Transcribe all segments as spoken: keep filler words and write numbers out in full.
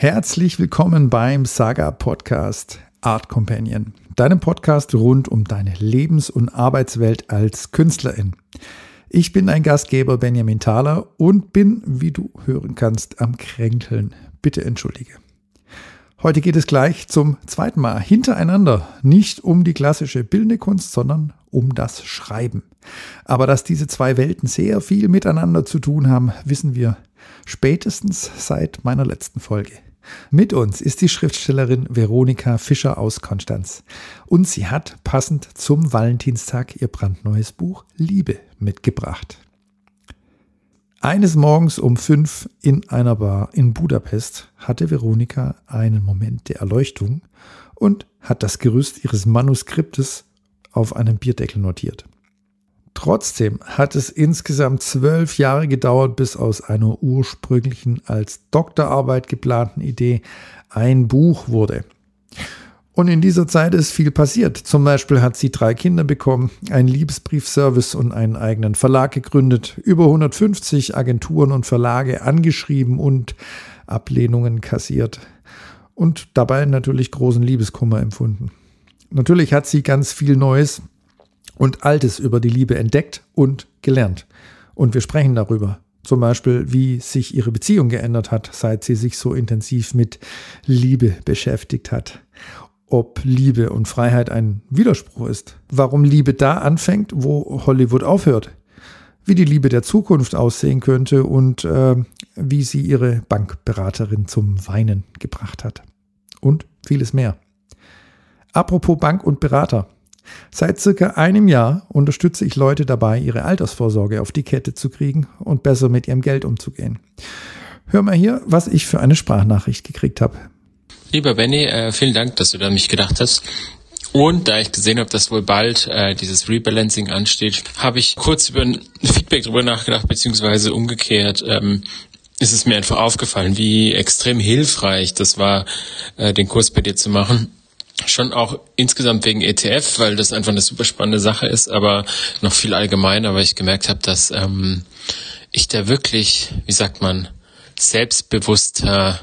Herzlich willkommen beim Saga-Podcast Art Companion, deinem Podcast rund um deine Lebens- und Arbeitswelt als Künstlerin. Ich bin dein Gastgeber Benjamin Thaler und bin, wie du hören kannst, am Kränkeln. Bitte entschuldige. Heute geht es gleich zum zweiten Mal hintereinander nicht um die klassische bildende Kunst, sondern um das Schreiben. Aber dass diese zwei Welten sehr viel miteinander zu tun haben, wissen wir spätestens seit meiner letzten Folge. Mit uns ist die Schriftstellerin Veronika Fischer aus Konstanz. Und sie hat passend zum Valentinstag ihr brandneues Buch Liebe mitgebracht. Eines Morgens um fünf in einer Bar in Budapest hatte Veronika einen Moment der Erleuchtung und hat das Gerüst ihres Manuskriptes auf einem Bierdeckel notiert. Trotzdem hat es insgesamt zwölf Jahre gedauert, bis aus einer ursprünglichen als Doktorarbeit geplanten Idee ein Buch wurde. Und in dieser Zeit ist viel passiert. Zum Beispiel hat sie drei Kinder bekommen, einen Liebesbriefservice und einen eigenen Verlag gegründet, über hundertfünfzig Agenturen und Verlage angeschrieben und Ablehnungen kassiert und dabei natürlich großen Liebeskummer empfunden. Natürlich hat sie ganz viel Neues und Altes über die Liebe entdeckt und gelernt. Und wir sprechen darüber. Zum Beispiel, wie sich ihre Beziehung geändert hat, seit sie sich so intensiv mit Liebe beschäftigt hat. Ob Liebe und Freiheit ein Widerspruch ist. Warum Liebe da anfängt, wo Hollywood aufhört. Wie die Liebe der Zukunft aussehen könnte und äh, wie sie ihre Bankberaterin zum Weinen gebracht hat. Und vieles mehr. Apropos Bank und Berater. Seit circa einem Jahr unterstütze ich Leute dabei, ihre Altersvorsorge auf die Kette zu kriegen und besser mit ihrem Geld umzugehen. Hör mal hier, was ich für eine Sprachnachricht gekriegt habe. Lieber Benny, äh, vielen Dank, dass du da an mich gedacht hast. Und da ich gesehen habe, dass wohl bald äh, dieses Rebalancing ansteht, habe ich kurz über ein Feedback drüber nachgedacht, beziehungsweise umgekehrt. Ähm, ist es mir einfach aufgefallen, wie extrem hilfreich das war, äh, den Kurs bei dir zu machen. Schon auch insgesamt wegen E T F, weil das einfach eine super spannende Sache ist, aber noch viel allgemeiner, weil ich gemerkt habe, dass ähm, ich da wirklich, wie sagt man, selbstbewusster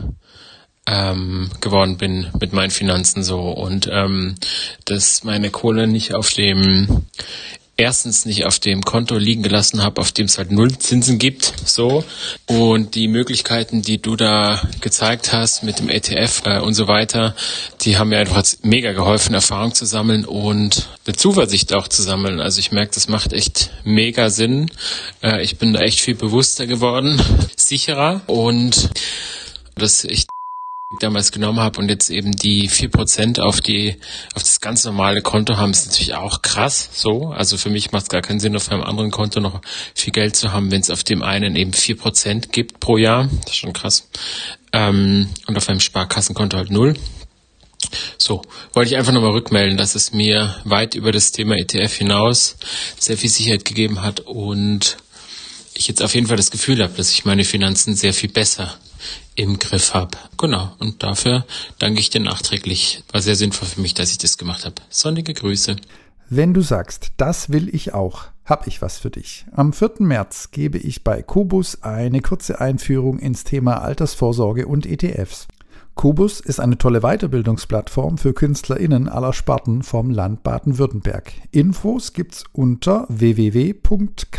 ähm, geworden bin mit meinen Finanzen so und ähm, dass meine Kohle nicht auf dem erstens nicht auf dem Konto liegen gelassen habe, auf dem es halt null Zinsen gibt, so. Und die Möglichkeiten, die du da gezeigt hast mit dem E T F äh, und so weiter, die haben mir einfach mega geholfen, Erfahrung zu sammeln und eine Zuversicht auch zu sammeln. Also ich merke, das macht echt mega Sinn. Äh, ich bin da echt viel bewusster geworden, sicherer und dass ich damals genommen habe und jetzt eben die vier Prozent auf die auf das ganz normale Konto haben, ist natürlich auch krass so. Also für mich macht es gar keinen Sinn, auf einem anderen Konto noch viel Geld zu haben, wenn es auf dem einen eben vier Prozent gibt pro Jahr. Das ist schon krass. Ähm, und auf einem Sparkassenkonto halt null. So, wollte ich einfach nochmal rückmelden, dass es mir weit über das Thema E T F hinaus sehr viel Sicherheit gegeben hat und ich jetzt auf jeden Fall das Gefühl habe, dass ich meine Finanzen sehr viel besser im Griff habe. Genau, und dafür danke ich dir nachträglich. War sehr sinnvoll für mich, dass ich das gemacht habe. Sonnige Grüße. Wenn du sagst, das will ich auch, habe ich was für dich. Am vierten März gebe ich bei Kobus eine kurze Einführung ins Thema Altersvorsorge und E T Fs. Kobus ist eine tolle Weiterbildungsplattform für KünstlerInnen aller Sparten vom Land Baden-Württemberg. Infos gibt's unter w w w punkt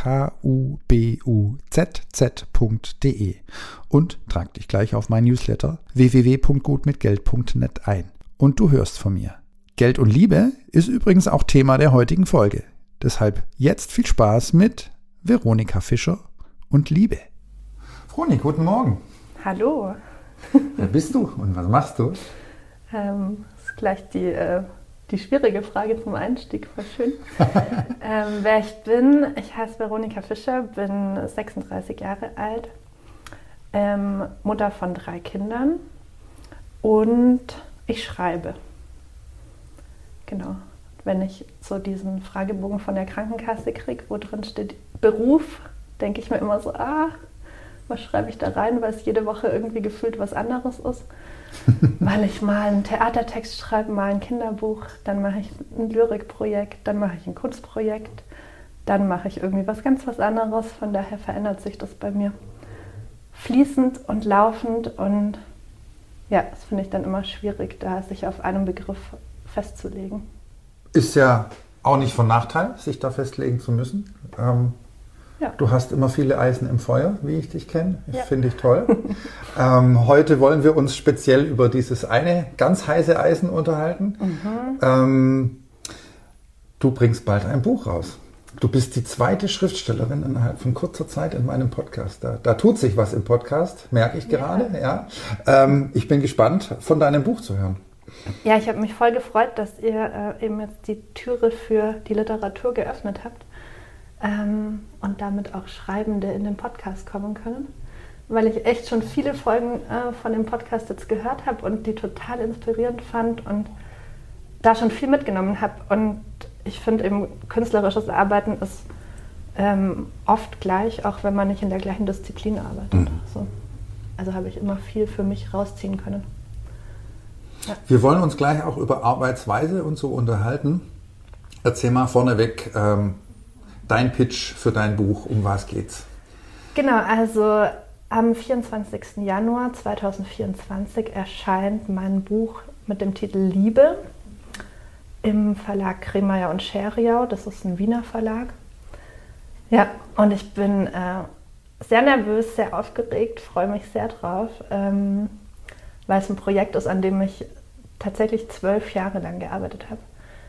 kubuzz punkt de und trag dich gleich auf mein Newsletter w w w punkt gutmitgeld punkt net ein. Und du hörst von mir. Geld und Liebe ist übrigens auch Thema der heutigen Folge. Deshalb jetzt viel Spaß mit Veronika Fischer und Liebe. Veronika, guten Morgen. Hallo. Wer bist du und was machst du? Ähm, das ist gleich die, äh, die schwierige Frage zum Einstieg, voll schön. ähm, wer ich bin, ich heiße Veronika Fischer, bin sechsunddreißig Jahre alt, ähm, Mutter von drei Kindern und ich schreibe. Genau. Wenn ich so diesen Fragebogen von der Krankenkasse kriege, wo drin steht Beruf, denke ich mir immer so, ah, was schreibe ich da rein, weil es jede Woche irgendwie gefühlt was anderes ist. Weil ich mal einen Theatertext schreibe, mal ein Kinderbuch, dann mache ich ein Lyrikprojekt, dann mache ich ein Kunstprojekt, dann mache ich irgendwie was ganz was anderes. Von daher verändert sich das bei mir fließend und laufend und ja, das finde ich dann immer schwierig, da sich auf einen Begriff festzulegen. Ist ja auch nicht von Nachteil, sich da festlegen zu müssen. Ähm, ja. Du hast immer viele Eisen im Feuer, wie ich dich kenne. Ja. Finde ich toll. ähm, heute wollen wir uns speziell über dieses eine ganz heiße Eisen unterhalten. Mhm. Ähm, du bringst bald ein Buch raus. Du bist die zweite Schriftstellerin innerhalb von kurzer Zeit in meinem Podcast. Da, da tut sich was im Podcast, merke ich gerade. Ja. Ja. Ähm, ich bin gespannt, von deinem Buch zu hören. Ja, ich habe mich voll gefreut, dass ihr äh, eben jetzt die Türe für die Literatur geöffnet habt ähm, und damit auch Schreibende in den Podcast kommen können, weil ich echt schon viele Folgen äh, von dem Podcast jetzt gehört habe und die total inspirierend fand und da schon viel mitgenommen habe. Und ich finde eben, künstlerisches Arbeiten ist ähm, oft gleich, auch wenn man nicht in der gleichen Disziplin arbeitet. Mhm. So. Also habe ich immer viel für mich rausziehen können. Ja. Wir wollen uns gleich auch über Arbeitsweise und so unterhalten. Erzähl mal vorneweg ähm, dein Pitch für dein Buch. Um was geht's? Genau, also am vierundzwanzigsten Januar zweitausendvierundzwanzig erscheint mein Buch mit dem Titel Liebe im Verlag Kremeyer und Scheriau. Das ist ein Wiener Verlag. Ja, und ich bin äh, sehr nervös, sehr aufgeregt, freue mich sehr drauf. Ähm, weil es ein Projekt ist, an dem ich tatsächlich zwölf Jahre lang gearbeitet habe.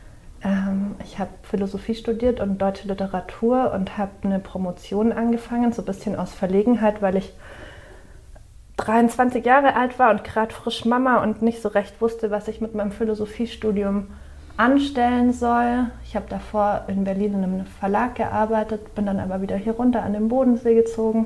Ähm, ich habe Philosophie studiert und deutsche Literatur und habe eine Promotion angefangen, so ein bisschen aus Verlegenheit, weil ich dreiundzwanzig Jahre alt war und gerade frisch Mama und nicht so recht wusste, was ich mit meinem Philosophiestudium anstellen soll. Ich habe davor in Berlin in einem Verlag gearbeitet, bin dann aber wieder hier runter an den Bodensee gezogen.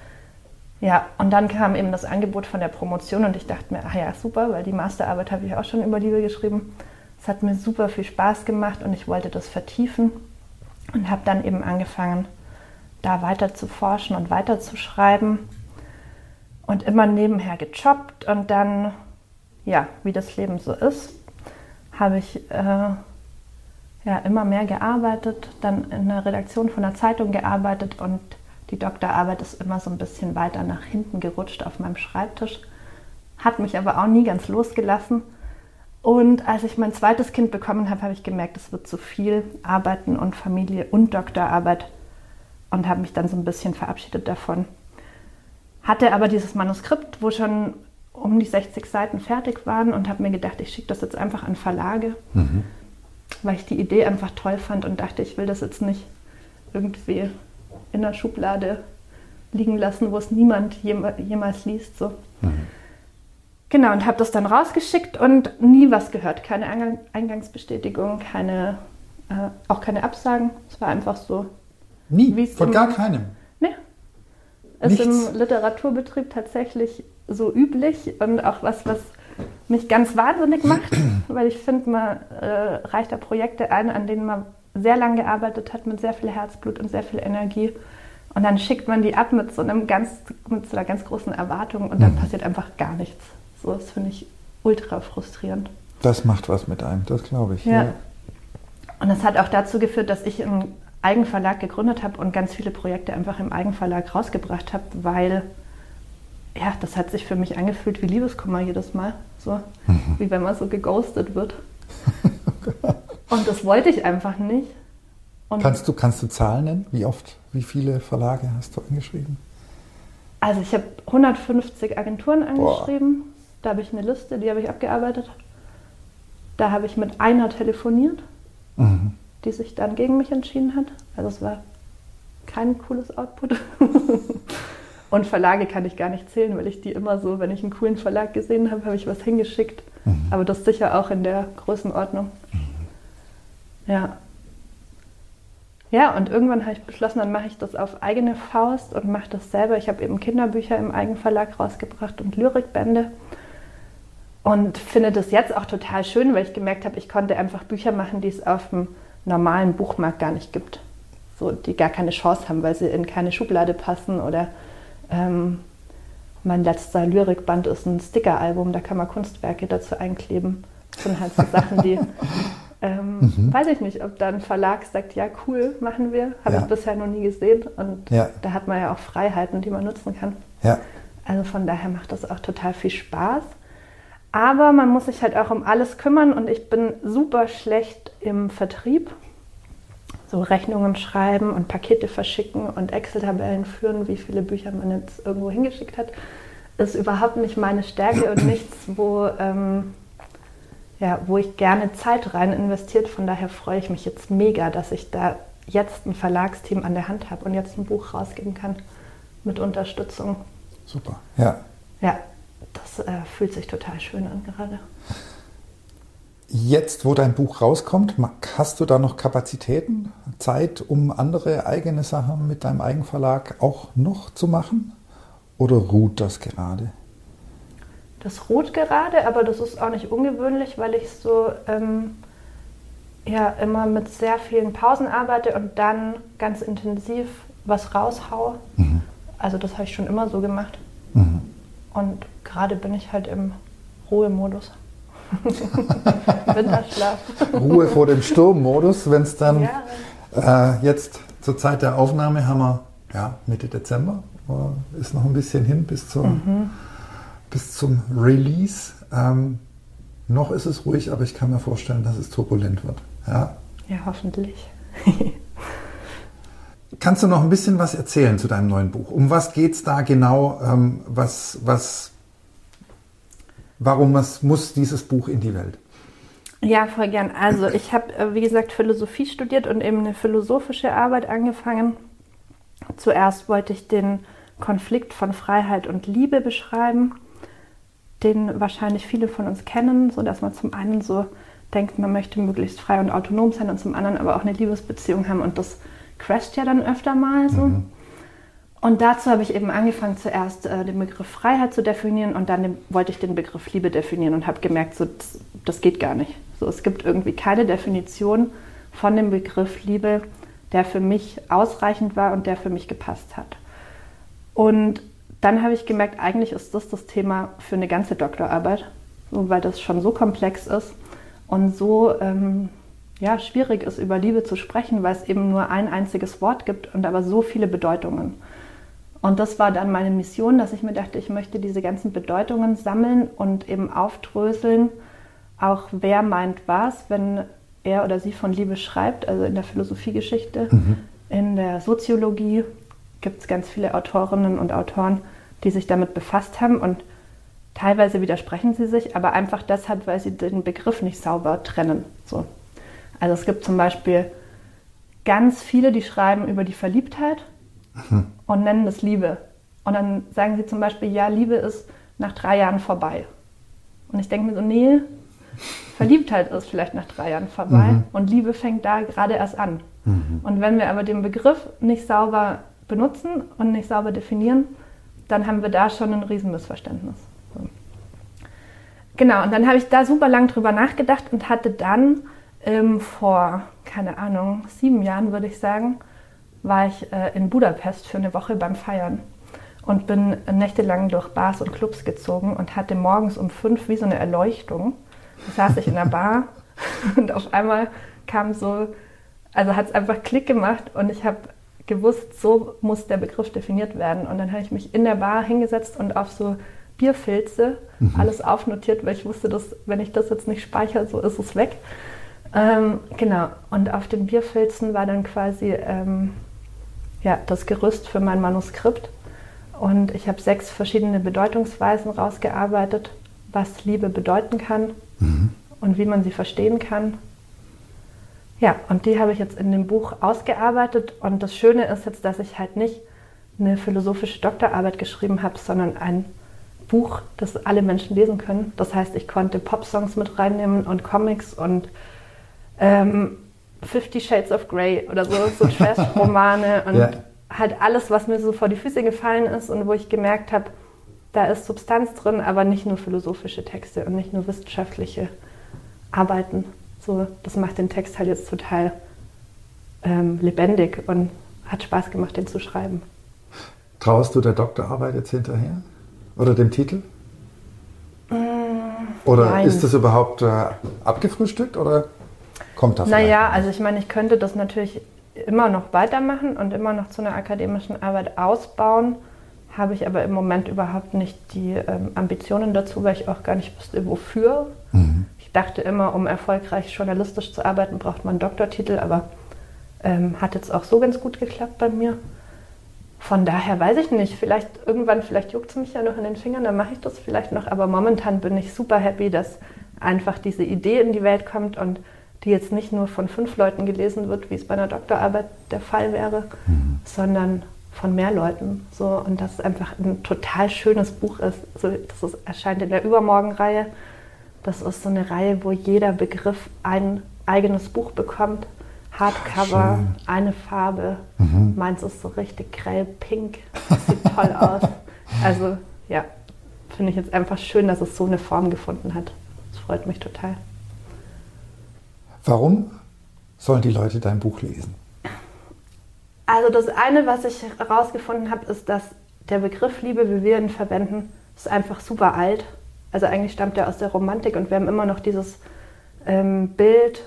Ja, und dann kam eben das Angebot von der Promotion und ich dachte mir, ach ja, super, weil die Masterarbeit habe ich auch schon über Liebe geschrieben. Es hat mir super viel Spaß gemacht und ich wollte das vertiefen und habe dann eben angefangen, da weiter zu forschen und weiter zu schreiben und immer nebenher gejobbt und dann, ja, wie das Leben so ist, habe ich äh, ja, immer mehr gearbeitet, dann in der Redaktion von einer Zeitung gearbeitet und die Doktorarbeit ist immer so ein bisschen weiter nach hinten gerutscht auf meinem Schreibtisch, hat mich aber auch nie ganz losgelassen. Und als ich mein zweites Kind bekommen habe, habe ich gemerkt, es wird zu viel Arbeiten und Familie und Doktorarbeit und habe mich dann so ein bisschen verabschiedet davon. Hatte aber dieses Manuskript, wo schon um die sechzig Seiten fertig waren und habe mir gedacht, ich schicke das jetzt einfach an Verlage, mhm. weil ich die Idee einfach toll fand und dachte, ich will das jetzt nicht irgendwie in der Schublade liegen lassen, wo es niemand jemals liest. So. Mhm. Genau, und habe das dann rausgeschickt und nie was gehört. Keine Eingangsbestätigung, keine, äh, auch keine Absagen. Es war einfach so. Nie? Von im, gar keinem? Nee. Ist im Literaturbetrieb tatsächlich so üblich und auch was, was mich ganz wahnsinnig macht, weil ich finde, man äh, reicht da Projekte ein, an denen man sehr lange gearbeitet hat, mit sehr viel Herzblut und sehr viel Energie. Und dann schickt man die ab mit so, einem ganz, mit so einer ganz großen Erwartung und dann mhm. passiert einfach gar nichts. So, das finde ich ultra frustrierend. Das macht was mit einem, das glaube ich. Ja. ja. Und das hat auch dazu geführt, dass ich einen Eigenverlag gegründet habe und ganz viele Projekte einfach im Eigenverlag rausgebracht habe, weil ja, das hat sich für mich angefühlt wie Liebeskummer jedes Mal. So, mhm. wie wenn man so geghostet wird. Und das wollte ich einfach nicht. Und kannst du, kannst du Zahlen nennen? Wie oft, wie viele Verlage hast du angeschrieben? Also ich habe hundertfünfzig Agenturen angeschrieben. Boah. Da habe ich eine Liste, die habe ich abgearbeitet. Da habe ich mit einer telefoniert, mhm. die sich dann gegen mich entschieden hat. Also es war kein cooles Output. Und Verlage kann ich gar nicht zählen, weil ich die immer so, wenn ich einen coolen Verlag gesehen habe, habe ich was hingeschickt. Mhm. Aber das sicher auch in der Größenordnung. Mhm. Ja. Ja, und irgendwann habe ich beschlossen, dann mache ich das auf eigene Faust und mache das selber. Ich habe eben Kinderbücher im Eigenverlag rausgebracht und Lyrikbände. Und finde das jetzt auch total schön, weil ich gemerkt habe, ich konnte einfach Bücher machen, die es auf dem normalen Buchmarkt gar nicht gibt. So, die gar keine Chance haben, weil sie in keine Schublade passen. Oder ähm, mein letzter Lyrikband ist ein Stickeralbum, da kann man Kunstwerke dazu einkleben. Das sind halt so Sachen, die... Ähm, mhm. Weiß ich nicht, ob da ein Verlag sagt, ja cool, machen wir. Habe ja. ich bisher noch nie gesehen. Und ja. da hat man ja auch Freiheiten, die man nutzen kann. Ja. Also von daher macht das auch total viel Spaß. Aber man muss sich halt auch um alles kümmern und ich bin super schlecht im Vertrieb. So Rechnungen schreiben und Pakete verschicken und Excel-Tabellen führen, wie viele Bücher man jetzt irgendwo hingeschickt hat, ist überhaupt nicht meine Stärke und nichts, wo, ähm, ja, wo ich gerne Zeit rein investiert. Von daher freue ich mich jetzt mega, dass ich da jetzt ein Verlagsteam an der Hand habe und jetzt ein Buch rausgeben kann mit Unterstützung. Super, ja. Ja, das äh, fühlt sich total schön an gerade. Jetzt, wo dein Buch rauskommt, hast du da noch Kapazitäten, Zeit, um andere eigene Sachen mit deinem Eigenverlag auch noch zu machen? Oder ruht das gerade? Das ruht gerade, aber das ist auch nicht ungewöhnlich, weil ich so ähm, ja, immer mit sehr vielen Pausen arbeite und dann ganz intensiv was raushaue. Mhm. Also das habe ich schon immer so gemacht. Mhm. Und gerade bin ich halt im Ruhemodus. Winterschlaf. Ruhe vor dem Sturmmodus, wenn es dann ja. äh, jetzt zur Zeit der Aufnahme haben wir ja, Mitte Dezember, äh, ist noch ein bisschen hin bis, zur, mhm. bis zum Release. Ähm, noch ist es ruhig, aber ich kann mir vorstellen, dass es turbulent wird. Ja, ja hoffentlich. Kannst du noch ein bisschen was erzählen zu deinem neuen Buch? Um was geht es da genau? Ähm, was, was, warum was, muss dieses Buch in die Welt? Ja, voll gern. Also ich habe, wie gesagt, Philosophie studiert und eben eine philosophische Arbeit angefangen. Zuerst wollte ich den Konflikt von Freiheit und Liebe beschreiben, den wahrscheinlich viele von uns kennen, sodass man zum einen so denkt, man möchte möglichst frei und autonom sein und zum anderen aber auch eine Liebesbeziehung haben und das crasht ja dann öfter mal so. Mhm. Und dazu habe ich eben angefangen, zuerst äh, den Begriff Freiheit zu definieren und dann den, wollte ich den Begriff Liebe definieren und habe gemerkt, so, das, das geht gar nicht. So, es gibt irgendwie keine Definition von dem Begriff Liebe, der für mich ausreichend war und der für mich gepasst hat. Und dann habe ich gemerkt, eigentlich ist das das Thema für eine ganze Doktorarbeit, so, weil das schon so komplex ist und so ähm, ja, schwierig ist, über Liebe zu sprechen, weil es eben nur ein einziges Wort gibt und aber so viele Bedeutungen. Und das war dann meine Mission, dass ich mir dachte, ich möchte diese ganzen Bedeutungen sammeln und eben aufdröseln, auch wer meint was, wenn er oder sie von Liebe schreibt, also in der Philosophiegeschichte, mhm. in der Soziologie gibt es ganz viele Autorinnen und Autoren, die sich damit befasst haben und teilweise widersprechen sie sich, aber einfach deshalb, weil sie den Begriff nicht sauber trennen. So. Also es gibt zum Beispiel ganz viele, die schreiben über die Verliebtheit mhm. und nennen das Liebe. Und dann sagen sie zum Beispiel, ja, Liebe ist nach drei Jahren vorbei. Und ich denke mir so, nee, Verliebtheit ist vielleicht nach drei Jahren vorbei mhm. und Liebe fängt da gerade erst an. Mhm. Und wenn wir aber den Begriff nicht sauber benutzen und nicht sauber definieren, dann haben wir da schon ein Riesenmissverständnis. So. Genau, und dann habe ich da super lang drüber nachgedacht und hatte dann ähm, vor, keine Ahnung, sieben Jahren würde ich sagen, war ich äh, in Budapest für eine Woche beim Feiern und bin nächtelang durch Bars und Clubs gezogen und hatte morgens um fünf wie so eine Erleuchtung. Da saß ich in der Bar und auf einmal kam so, also hat es einfach Klick gemacht und ich habe gewusst, so muss der Begriff definiert werden. Und dann habe ich mich in der Bar hingesetzt und auf so Bierfilze mhm. alles aufnotiert, weil ich wusste, dass wenn ich das jetzt nicht speichere, so ist es weg. Ähm, genau, und auf den Bierfilzen war dann quasi ähm, ja, das Gerüst für mein Manuskript. Und ich habe sechs verschiedene Bedeutungsweisen rausgearbeitet, was Liebe bedeuten kann mhm. und wie man sie verstehen kann. Ja, und die habe ich jetzt in dem Buch ausgearbeitet. Und das Schöne ist jetzt, dass ich halt nicht eine philosophische Doktorarbeit geschrieben habe, sondern ein Buch, das alle Menschen lesen können. Das heißt, ich konnte Popsongs mit reinnehmen und Comics und ähm, Fifty Shades of Grey oder so, so Trash-Romane und ja. halt alles, was mir so vor die Füße gefallen ist und wo ich gemerkt habe, da ist Substanz drin, aber nicht nur philosophische Texte und nicht nur wissenschaftliche Arbeiten. So, das macht den Text halt jetzt total ähm, lebendig und hat Spaß gemacht, den zu schreiben. Traust du der Doktorarbeit jetzt hinterher? Oder dem Titel? Mmh, oder nein. Ist das überhaupt äh, abgefrühstückt oder kommt das? Naja, also ich meine, ich könnte das natürlich immer noch weitermachen und immer noch zu einer akademischen Arbeit ausbauen. habe ich aber im Moment überhaupt nicht die ähm, Ambitionen dazu, weil ich auch gar nicht wusste, wofür. Mhm. Ich dachte immer, um erfolgreich journalistisch zu arbeiten, braucht man einen Doktortitel, aber ähm, hat jetzt auch so ganz gut geklappt bei mir. Von daher weiß ich nicht, vielleicht irgendwann, vielleicht juckt es mich ja noch in den Fingern, dann mache ich das vielleicht noch, aber momentan bin ich super happy, dass einfach diese Idee in die Welt kommt und die jetzt nicht nur von fünf Leuten gelesen wird, wie es bei einer Doktorarbeit der Fall wäre, mhm. sondern von mehr Leuten. So, und dass es einfach ein total schönes Buch ist. So, das ist, erscheint in der Übermorgen-Reihe. Das ist so eine Reihe, wo jeder Begriff ein eigenes Buch bekommt. Hardcover, schön. Eine Farbe. Mhm. Meins ist so richtig grell pink. Das sieht toll aus. Also ja, finde ich jetzt einfach schön, dass es so eine Form gefunden hat. Das freut mich total. Warum sollen die Leute dein Buch lesen? Also das eine, was ich herausgefunden habe, ist, dass der Begriff Liebe, wie wir ihn verwenden, ist einfach super alt. Also eigentlich stammt er aus der Romantik und wir haben immer noch dieses ähm, Bild,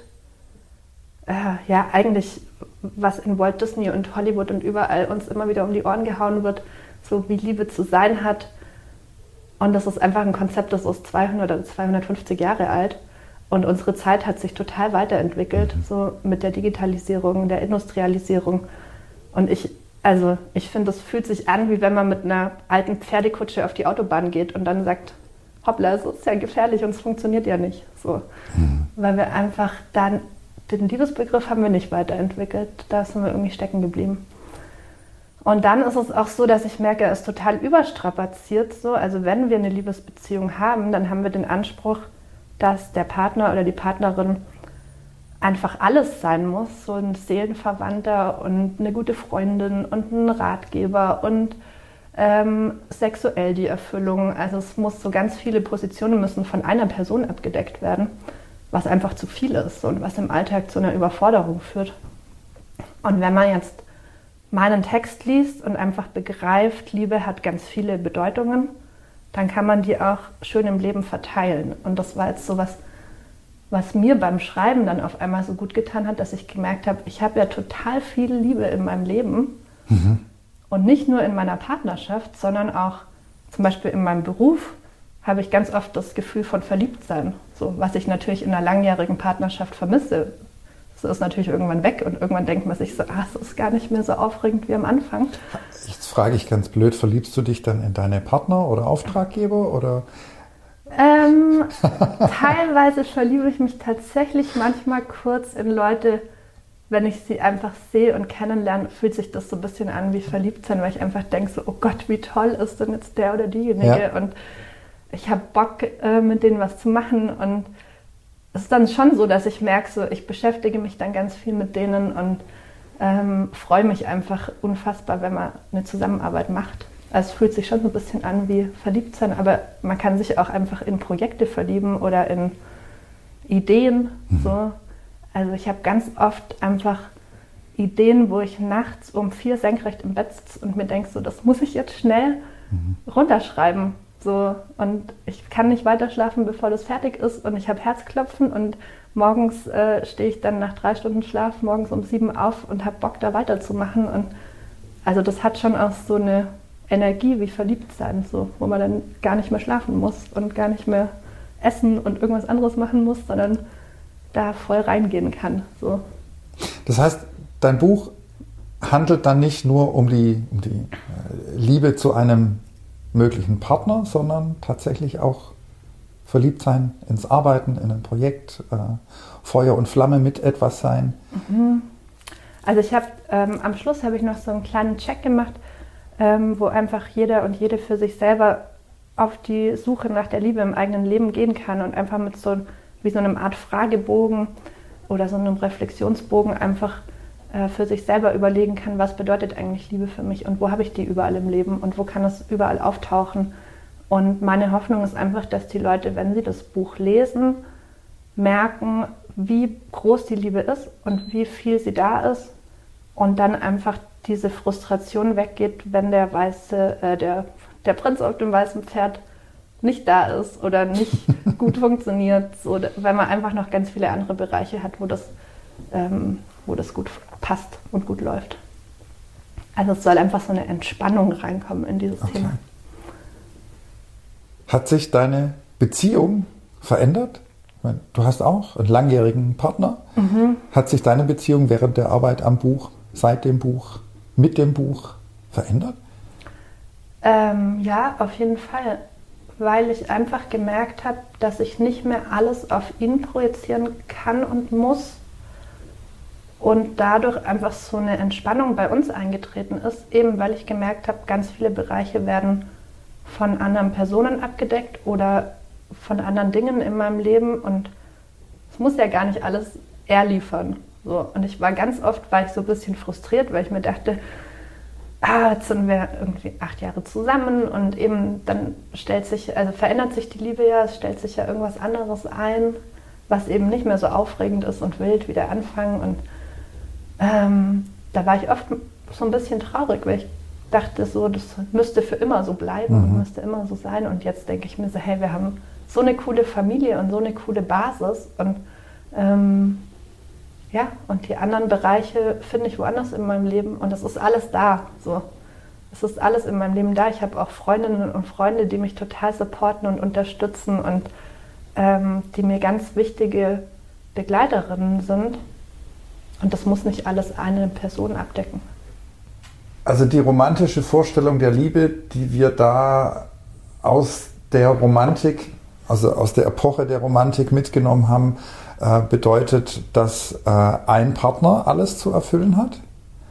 äh, ja eigentlich, was in Walt Disney und Hollywood und überall uns immer wieder um die Ohren gehauen wird, so wie Liebe zu sein hat. Und das ist einfach ein Konzept, das ist zweihundert oder zweihundertfünfzig Jahre alt. Und unsere Zeit hat sich total weiterentwickelt, so mit der Digitalisierung, der Industrialisierung. Und ich, also ich finde, es fühlt sich an, wie wenn man mit einer alten Pferdekutsche auf die Autobahn geht und dann sagt, hoppla, es ist ja gefährlich und es funktioniert ja nicht. So. Mhm. Weil wir einfach dann, den Liebesbegriff haben wir nicht weiterentwickelt, da sind wir irgendwie stecken geblieben. Und dann ist es auch so, dass ich merke, er ist total überstrapaziert. So. Also wenn wir eine Liebesbeziehung haben, dann haben wir den Anspruch, dass der Partner oder die Partnerin einfach alles sein muss, so ein Seelenverwandter und eine gute Freundin und ein Ratgeber und ähm, sexuell die Erfüllung. Also es muss so ganz viele Positionen müssen von einer Person abgedeckt werden, was einfach zu viel ist und was im Alltag zu einer Überforderung führt. Und wenn man jetzt meinen Text liest und einfach begreift, Liebe hat ganz viele Bedeutungen, dann kann man die auch schön im Leben verteilen. Und das war jetzt so was, was mir beim Schreiben dann auf einmal so gut getan hat, dass ich gemerkt habe, ich habe ja total viel Liebe in meinem Leben. Mhm. Und nicht nur in meiner Partnerschaft, sondern auch zum Beispiel in meinem Beruf habe ich ganz oft das Gefühl von Verliebtsein. So, was ich natürlich in einer langjährigen Partnerschaft vermisse. Das ist natürlich irgendwann weg und irgendwann denkt man sich so, ah, es ist gar nicht mehr so aufregend wie am Anfang. Jetzt frage ich ganz blöd, verliebst du dich dann in deine Partner oder Auftraggeber oder? Ähm, teilweise verliebe ich mich tatsächlich manchmal kurz in Leute, wenn ich sie einfach sehe und kennenlerne, fühlt sich das so ein bisschen an wie Verliebtsein, weil ich einfach denke so, oh Gott, wie toll ist denn jetzt der oder diejenige ja. Und ich habe Bock, äh, mit denen was zu machen und es ist dann schon so, dass ich merke, so, ich beschäftige mich dann ganz viel mit denen und ähm, freue mich einfach unfassbar, wenn man eine Zusammenarbeit macht. Also es fühlt sich schon so ein bisschen an wie Verliebtsein, aber man kann sich auch einfach in Projekte verlieben oder in Ideen. Mhm. So. Also ich habe ganz oft einfach Ideen, wo ich nachts um vier senkrecht im Bett sitze und mir denke, so, das muss ich jetzt schnell mhm. runterschreiben. So, und ich kann nicht weiter schlafen, bevor das fertig ist und ich habe Herzklopfen und morgens äh, stehe ich dann nach drei Stunden Schlaf morgens um sieben auf und habe Bock, da weiterzumachen. Und also das hat schon auch so eine Energie wie Verliebtsein, so, wo man dann gar nicht mehr schlafen muss und gar nicht mehr essen und irgendwas anderes machen muss, sondern da voll reingehen kann. So. Das heißt, dein Buch handelt dann nicht nur um die, um die äh, Liebe zu einem möglichen Partner, sondern tatsächlich auch verliebt sein ins Arbeiten, in ein Projekt, äh, Feuer und Flamme mit etwas sein. Mhm. Also ich habe ähm, am Schluss habe ich noch so einen kleinen Check gemacht, ähm, wo einfach jeder und jede für sich selber auf die Suche nach der Liebe im eigenen Leben gehen kann und einfach mit so wie so einem Art Fragebogen oder so einem Reflexionsbogen einfach äh, für sich selber überlegen kann, was bedeutet eigentlich Liebe für mich und wo habe ich die überall im Leben und wo kann es überall auftauchen. Und meine Hoffnung ist einfach, dass die Leute, wenn sie das Buch lesen, merken, wie groß die Liebe ist und wie viel sie da ist und dann einfach diese Frustration weggeht, wenn der weiße, äh, der, der Prinz auf dem weißen Pferd nicht da ist oder nicht gut funktioniert, so, weil man einfach noch ganz viele andere Bereiche hat, wo das, ähm, wo das gut passt und gut läuft. Also es soll einfach so eine Entspannung reinkommen in dieses Okay. Thema. Hat sich deine Beziehung verändert? Ich meine, du hast auch einen langjährigen Partner. Mhm. Hat sich deine Beziehung während der Arbeit am Buch, seit dem Buch, mit dem Buch verändert? Ähm, ja, auf jeden Fall. Weil ich einfach gemerkt habe, dass ich nicht mehr alles auf ihn projizieren kann und muss. Und dadurch einfach so eine Entspannung bei uns eingetreten ist, eben weil ich gemerkt habe, ganz viele Bereiche werden von anderen Personen abgedeckt oder von anderen Dingen in meinem Leben und es muss ja gar nicht alles er liefern. So. Und ich war ganz oft, war ich so ein bisschen frustriert, weil ich mir dachte, ah, jetzt sind wir irgendwie acht Jahre zusammen und eben dann stellt sich, also verändert sich die Liebe ja, es stellt sich ja irgendwas anderes ein, was eben nicht mehr so aufregend ist und wild wie der Anfang und ähm, da war ich oft so ein bisschen traurig, weil ich dachte so, das müsste für immer so bleiben mhm. und müsste immer so sein und jetzt denke ich mir so, hey, wir haben so eine coole Familie und so eine coole Basis und ähm, ja, und die anderen Bereiche finde ich woanders in meinem Leben und es ist alles da, so. Es ist alles in meinem Leben da. Ich habe auch Freundinnen und Freunde, die mich total supporten und unterstützen und ähm, die mir ganz wichtige Begleiterinnen sind. Und das muss nicht alles eine Person abdecken. Also die romantische Vorstellung der Liebe, die wir da aus der Romantik, also aus der Epoche der Romantik mitgenommen haben, äh, bedeutet, dass äh, ein Partner alles zu erfüllen hat?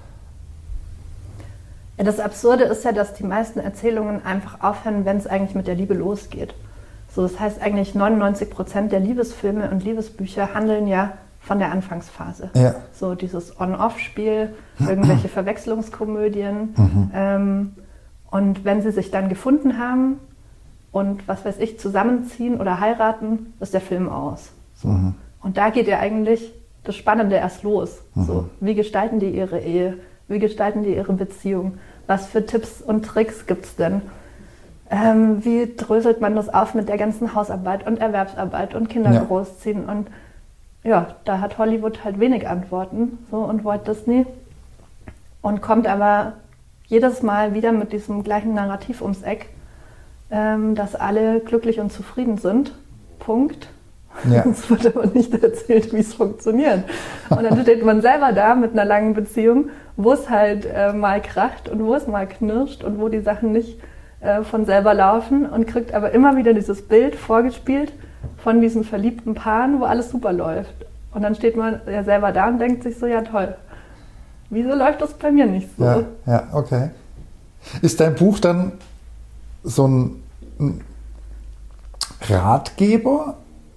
Ja, das Absurde ist ja, dass die meisten Erzählungen einfach aufhören, wenn es eigentlich mit der Liebe losgeht. So, das heißt eigentlich neunundneunzig Prozent der Liebesfilme und Liebesbücher handeln ja von der Anfangsphase. Ja. So dieses On-Off-Spiel, irgendwelche Verwechslungskomödien. Mhm. Ähm, und wenn sie sich dann gefunden haben und, was weiß ich, zusammenziehen oder heiraten, ist der Film aus. So. Mhm. Und da geht ja eigentlich das Spannende erst los. Mhm. So, wie gestalten die ihre Ehe? Wie gestalten die ihre Beziehung? Was für Tipps und Tricks gibt es denn? Ähm, wie dröselt man das auf mit der ganzen Hausarbeit und Erwerbsarbeit und Kinder ja. großziehen? Und ja, da hat Hollywood halt wenig Antworten, so, und Walt Disney. Und kommt aber jedes Mal wieder mit diesem gleichen Narrativ ums Eck, ähm, dass alle glücklich und zufrieden sind. Punkt. Ja. Es wird aber nicht erzählt, wie es funktioniert. Und dann steht man selber da mit einer langen Beziehung, wo es halt äh, mal kracht und wo es mal knirscht und wo die Sachen nicht äh, von selber laufen und kriegt aber immer wieder dieses Bild vorgespielt von diesen verliebten Paaren, wo alles super läuft. Und dann steht man ja selber da und denkt sich so, ja toll, wieso läuft das bei mir nicht so? Ja, ja, okay. Ist dein Buch dann so ein, ein Ratgeber?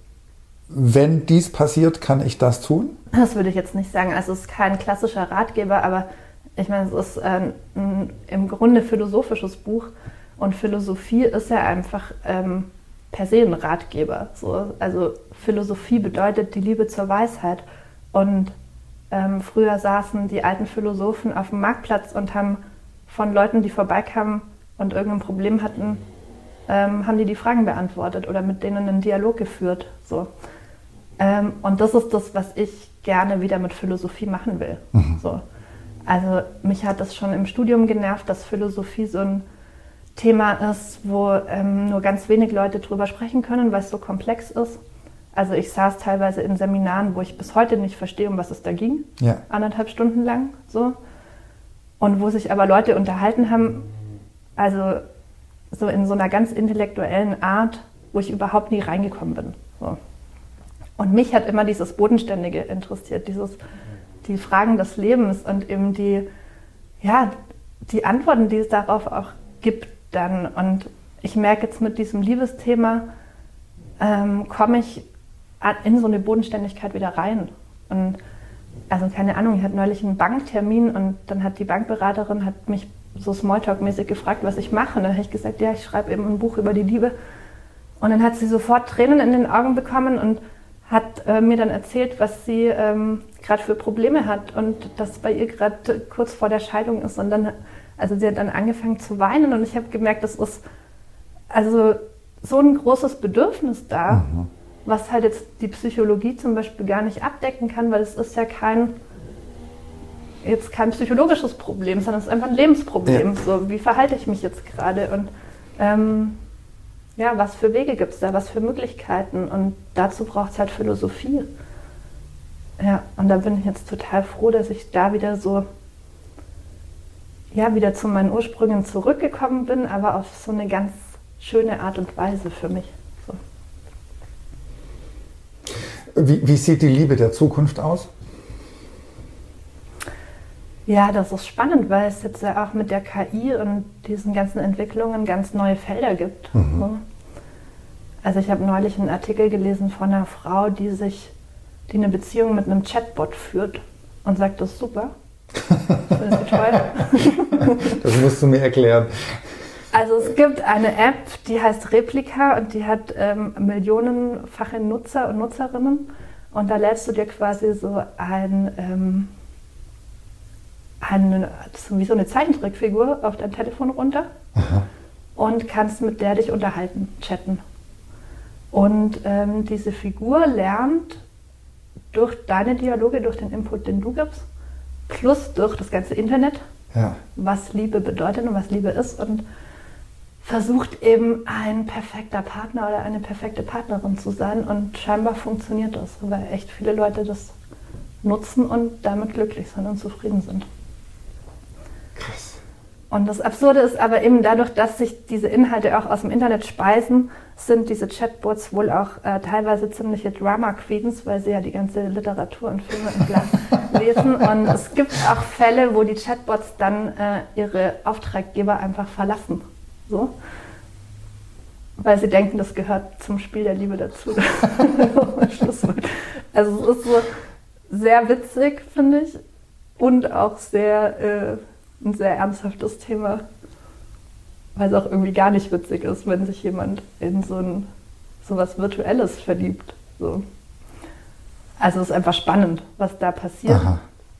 Wenn dies passiert, kann ich das tun? Das würde ich jetzt nicht sagen. Also es ist kein klassischer Ratgeber, aber ich meine, es ist ein, ein im Grunde philosophisches Buch und Philosophie ist ja einfach ähm, per se ein Ratgeber. So, also Philosophie bedeutet die Liebe zur Weisheit. Und ähm, früher saßen die alten Philosophen auf dem Marktplatz und haben von Leuten, die vorbeikamen und irgendein Problem hatten, ähm, haben die die Fragen beantwortet oder mit denen einen Dialog geführt. So. Ähm, und das ist das, was ich gerne wieder mit Philosophie machen will. Mhm. So. Also mich hat das schon im Studium genervt, dass Philosophie so ein Thema ist, wo ähm, nur ganz wenig Leute drüber sprechen können, weil es so komplex ist. Also ich saß teilweise in Seminaren, wo ich bis heute nicht verstehe, um was es da ging, ja. anderthalb Stunden lang so. Und wo sich aber Leute unterhalten haben, also so in so einer ganz intellektuellen Art, wo ich überhaupt nie reingekommen bin. So. Und mich hat immer dieses Bodenständige interessiert, dieses, die Fragen des Lebens und eben die, ja, die Antworten, die es darauf auch gibt dann. Und ich merke jetzt mit diesem Liebesthema, ähm, komme ich in so eine Bodenständigkeit wieder rein. Und also keine Ahnung, ich hatte neulich einen Banktermin und dann hat die Bankberaterin hat mich so Smalltalk-mäßig gefragt, was ich mache. Und dann habe ich gesagt, ja, ich schreibe eben ein Buch über die Liebe. Und dann hat sie sofort Tränen in den Augen bekommen und hat äh, mir dann erzählt, was sie ähm, gerade für Probleme hat und dass bei ihr gerade kurz vor der Scheidung ist. Und dann, also sie hat dann angefangen zu weinen und ich habe gemerkt, das ist also so ein großes Bedürfnis da, mhm. was halt jetzt die Psychologie zum Beispiel gar nicht abdecken kann, weil es ist ja kein, jetzt kein psychologisches Problem, sondern es ist einfach ein Lebensproblem. Ja. So, wie verhalte ich mich jetzt gerade? Und ähm, ja, was für Wege gibt es da, was für Möglichkeiten? Und dazu braucht es halt Philosophie. Ja, und da bin ich jetzt total froh, dass ich da wieder so, ja, wieder zu meinen Ursprüngen zurückgekommen bin, aber auf so eine ganz schöne Art und Weise für mich. So. Wie, wie sieht die Liebe der Zukunft aus? Ja, das ist spannend, weil es jetzt ja auch mit der K I und diesen ganzen Entwicklungen ganz neue Felder gibt. Mhm. So. Also ich habe neulich einen Artikel gelesen von einer Frau, die sich, die eine Beziehung mit einem Chatbot führt und sagt, das ist super. Das finde ich toll. Das musst du mir erklären. Also es gibt eine App, die heißt Replika und die hat ähm, millionenfache Nutzer und Nutzerinnen und da lädst du dir quasi so ein, ähm, eine, wie so eine Zeichentrickfigur auf dein Telefon runter. Aha. Und kannst mit der dich unterhalten, chatten. Und ähm, diese Figur lernt durch deine Dialoge, durch den Input, den du gibst, plus durch das ganze Internet, ja, was Liebe bedeutet und was Liebe ist und versucht eben ein perfekter Partner oder eine perfekte Partnerin zu sein und scheinbar funktioniert das, weil echt viele Leute das nutzen und damit glücklich sind und zufrieden sind. Krass. Und das Absurde ist aber eben dadurch, dass sich diese Inhalte auch aus dem Internet speisen, sind diese Chatbots wohl auch äh, teilweise ziemliche Drama Queens, weil sie ja die ganze Literatur und Filme und Glas lesen. Und es gibt auch Fälle, wo die Chatbots dann äh, ihre Auftraggeber einfach verlassen. So. Weil sie denken, das gehört zum Spiel der Liebe dazu. Also es ist so sehr witzig, finde ich, und auch sehr, äh, ein sehr ernsthaftes Thema, weil es auch irgendwie gar nicht witzig ist, wenn sich jemand in so ein so was Virtuelles verliebt. So. Also es ist einfach spannend, was da passiert. Aha.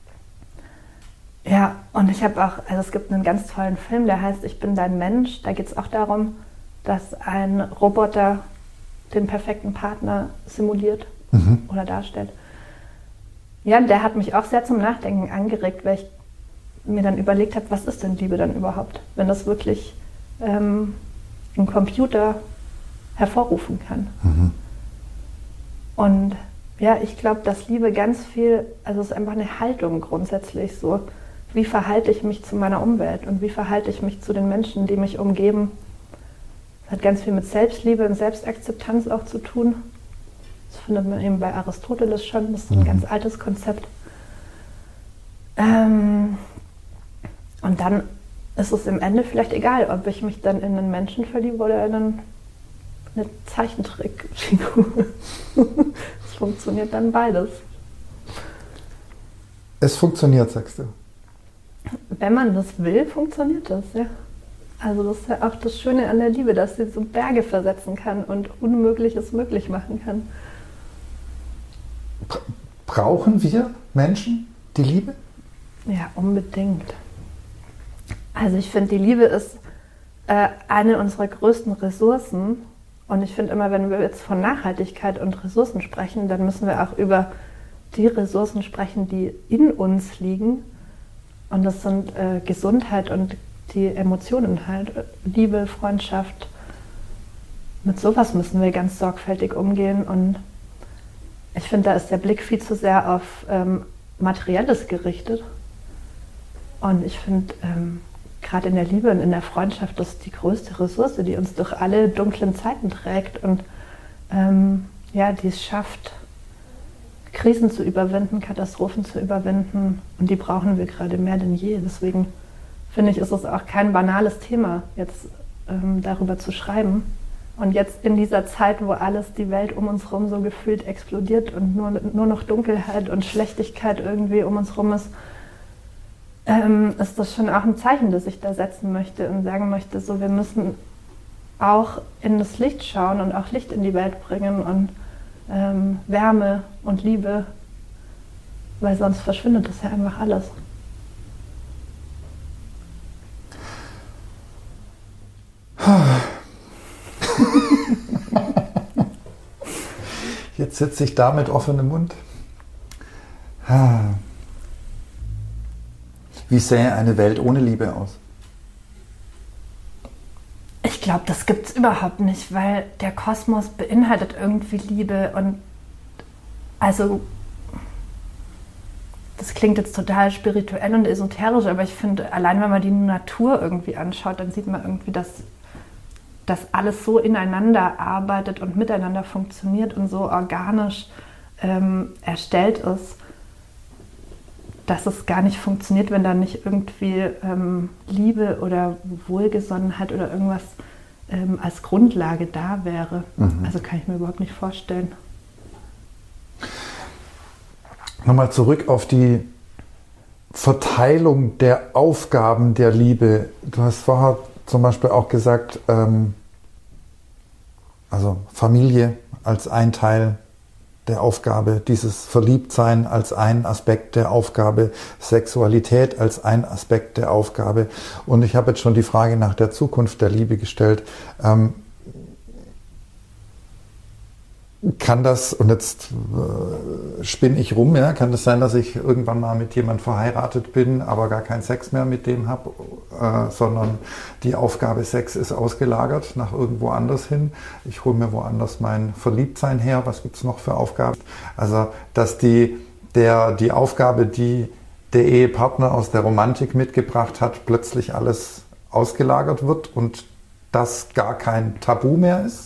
Ja, und ich habe auch, also es gibt einen ganz tollen Film, der heißt Ich bin dein Mensch. Da geht es auch darum, dass ein Roboter den perfekten Partner simuliert mhm. oder darstellt. Ja, der hat mich auch sehr zum Nachdenken angeregt, weil ich mir dann überlegt habe, was ist denn Liebe dann überhaupt, wenn das wirklich ähm, ein Computer hervorrufen kann. Mhm. Und ja, ich glaube, dass Liebe ganz viel, also es ist einfach eine Haltung grundsätzlich so, wie verhalte ich mich zu meiner Umwelt und wie verhalte ich mich zu den Menschen, die mich umgeben. Das hat ganz viel mit Selbstliebe und Selbstakzeptanz auch zu tun. Das findet man eben bei Aristoteles schon, das ist ein mhm. ganz altes Konzept. Ähm, und dann ist es im Ende vielleicht egal, ob ich mich dann in einen Menschen verliebe oder in einen, eine Zeichentrickfigur. Es funktioniert dann beides. Es funktioniert, sagst du? Wenn man das will, funktioniert das, ja. Also das ist ja auch das Schöne an der Liebe, dass sie so Berge versetzen kann und Unmögliches möglich machen kann. Brauchen wir Menschen die Liebe? Ja, unbedingt. Also ich finde, die Liebe ist äh, eine unserer größten Ressourcen. Und ich finde immer, wenn wir jetzt von Nachhaltigkeit und Ressourcen sprechen, dann müssen wir auch über die Ressourcen sprechen, die in uns liegen. Und das sind äh, Gesundheit und die Emotionen halt. Liebe, Freundschaft. Mit sowas müssen wir ganz sorgfältig umgehen. Und ich finde, da ist der Blick viel zu sehr auf ähm, Materielles gerichtet. Und ich finde, ähm, gerade in der Liebe und in der Freundschaft, das ist die größte Ressource, die uns durch alle dunklen Zeiten trägt und ähm, ja, die es schafft, Krisen zu überwinden, Katastrophen zu überwinden. Und die brauchen wir gerade mehr denn je. Deswegen finde ich, ist es auch kein banales Thema, jetzt ähm, darüber zu schreiben. Und jetzt in dieser Zeit, wo alles, die Welt um uns herum so gefühlt explodiert und nur, nur noch Dunkelheit und Schlechtigkeit irgendwie um uns herum ist, ähm, ist das schon auch ein Zeichen, das ich da setzen möchte und sagen möchte, so, wir müssen auch in das Licht schauen und auch Licht in die Welt bringen und ähm, Wärme und Liebe, weil sonst verschwindet das ja einfach alles. Jetzt sitze ich da mit offenem Mund. Wie sähe eine Welt ohne Liebe aus? Ich glaube, das gibt es überhaupt nicht, weil der Kosmos beinhaltet irgendwie Liebe und also das klingt jetzt total spirituell und esoterisch, aber ich finde, allein wenn man die Natur irgendwie anschaut, dann sieht man irgendwie, dass, dass alles so ineinander arbeitet und miteinander funktioniert und so organisch ähm, erstellt ist, dass es gar nicht funktioniert, wenn da nicht irgendwie ähm, Liebe oder Wohlgesonnenheit oder irgendwas ähm, als Grundlage da wäre. Mhm. Also kann ich mir überhaupt nicht vorstellen. Nochmal zurück auf die Verteilung der Aufgaben der Liebe. Du hast vorher zum Beispiel auch gesagt, ähm, also Familie als ein Teil der Aufgabe, dieses Verliebtsein als ein Aspekt der Aufgabe, Sexualität als ein Aspekt der Aufgabe. Und ich habe jetzt schon die Frage nach der Zukunft der Liebe gestellt. Ähm, Kann das, und jetzt äh, spinne ich rum, ja, kann das sein, dass ich irgendwann mal mit jemandem verheiratet bin, aber gar keinen Sex mehr mit dem habe, äh, sondern die Aufgabe Sex ist ausgelagert nach irgendwo anders hin. Ich hole mir woanders mein Verliebtsein her. Was gibt es noch für Aufgaben? Also, dass die, der, die Aufgabe, die der Ehepartner aus der Romantik mitgebracht hat, plötzlich alles ausgelagert wird und das gar kein Tabu mehr ist?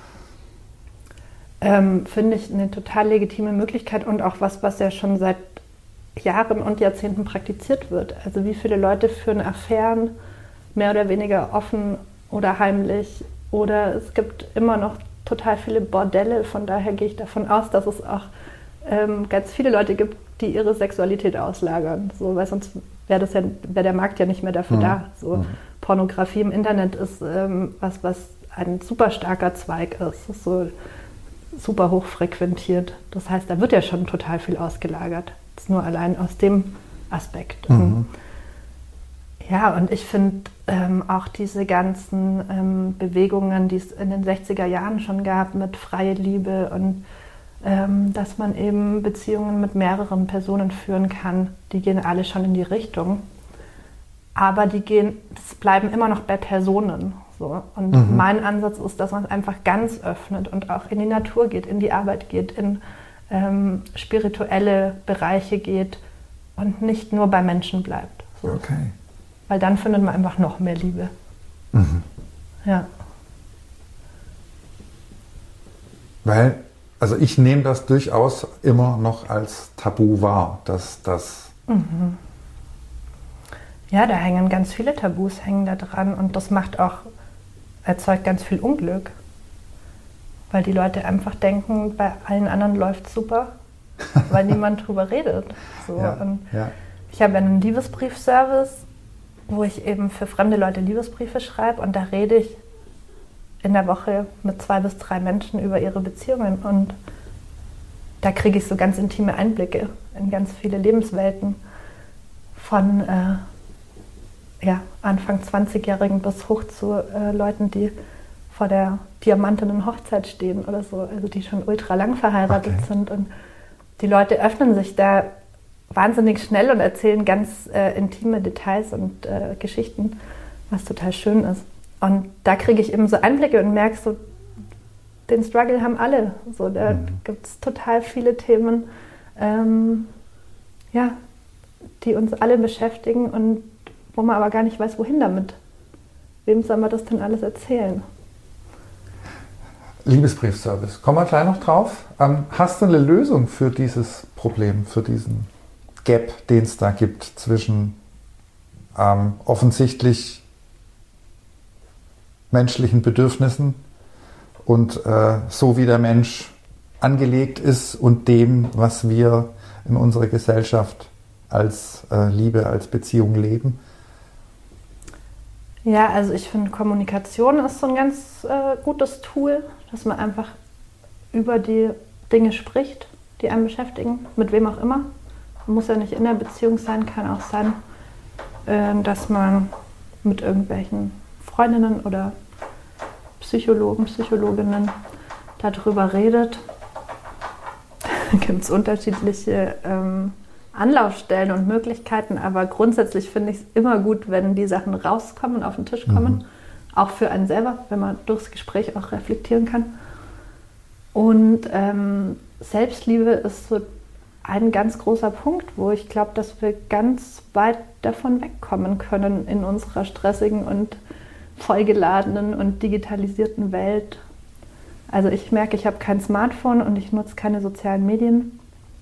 Ähm, finde ich eine total legitime Möglichkeit und auch was, was ja schon seit Jahren und Jahrzehnten praktiziert wird. Also wie viele Leute führen Affären mehr oder weniger offen oder heimlich oder es gibt immer noch total viele Bordelle. Von daher gehe ich davon aus, dass es auch ähm, ganz viele Leute gibt, die ihre Sexualität auslagern. So, weil sonst wäre das ja, wäre der Markt ja nicht mehr dafür mhm. da. So, mhm. Pornografie im Internet ist ähm, was, was ein super starker Zweig ist. Das ist so super hoch frequentiert. Das heißt, da wird ja schon total viel ausgelagert. Das ist nur allein aus dem Aspekt. Mhm. Ja, und ich finde ähm, auch diese ganzen ähm, Bewegungen, die es in den sechziger Jahren schon gab mit freie Liebe und ähm, dass man eben Beziehungen mit mehreren Personen führen kann, die gehen alle schon in die Richtung. Aber die gehen, das bleiben immer noch bei Personen. So. Und mhm. mein Ansatz ist, dass man es einfach ganz öffnet und auch in die Natur geht, in die Arbeit geht, in ähm, spirituelle Bereiche geht und nicht nur bei Menschen bleibt. So. Okay. Weil dann findet man einfach noch mehr Liebe. Mhm. Ja. Weil, also ich nehme das durchaus immer noch als Tabu wahr, dass das... Mhm. Ja, da hängen ganz viele Tabus hängen da dran und das macht auch erzeugt ganz viel Unglück, weil die Leute einfach denken, bei allen anderen läuft es super, weil niemand drüber redet. So. Ja, und ja. Ich habe einen Liebesbriefservice, wo ich eben für fremde Leute Liebesbriefe schreibe und da rede ich in der Woche mit zwei bis drei Menschen über ihre Beziehungen und da kriege ich so ganz intime Einblicke in ganz viele Lebenswelten von äh, ja, Anfang zwanzigjährigen bis hoch zu äh, Leuten, die vor der diamantenen Hochzeit stehen oder so, also die schon ultra lang verheiratet okay. sind. Und die Leute öffnen sich da wahnsinnig schnell und erzählen ganz äh, intime Details und äh, Geschichten, was total schön ist. Und da kriege ich eben so Einblicke und merke so, den Struggle haben alle. So, da mhm. gibt es total viele Themen, ähm, ja, die uns alle beschäftigen und wo man aber gar nicht weiß, wohin damit. Wem soll man das denn alles erzählen? Liebesbriefservice. Kommen wir gleich noch drauf. Ähm, hast du eine Lösung für dieses Problem, für diesen Gap, den es da gibt zwischen ähm, offensichtlich menschlichen Bedürfnissen und äh, so wie der Mensch angelegt ist und dem, was wir in unserer Gesellschaft als äh, Liebe, als Beziehung leben? Ja, also ich finde, Kommunikation ist so ein ganz äh, gutes Tool, dass man einfach über die Dinge spricht, die einen beschäftigen, mit wem auch immer. Man muss ja nicht in der Beziehung sein, kann auch sein, äh, dass man mit irgendwelchen Freundinnen oder Psychologen, Psychologinnen darüber redet. Da gibt es unterschiedliche ähm, Anlaufstellen und Möglichkeiten, aber grundsätzlich finde ich es immer gut, wenn die Sachen rauskommen, auf den Tisch kommen, mhm. auch für einen selber, wenn man durchs Gespräch auch reflektieren kann. Und ähm, Selbstliebe ist so ein ganz großer Punkt, wo ich glaube, dass wir ganz weit davon wegkommen können in unserer stressigen und vollgeladenen und digitalisierten Welt. Also ich merke, ich habe kein Smartphone und ich nutze keine sozialen Medien.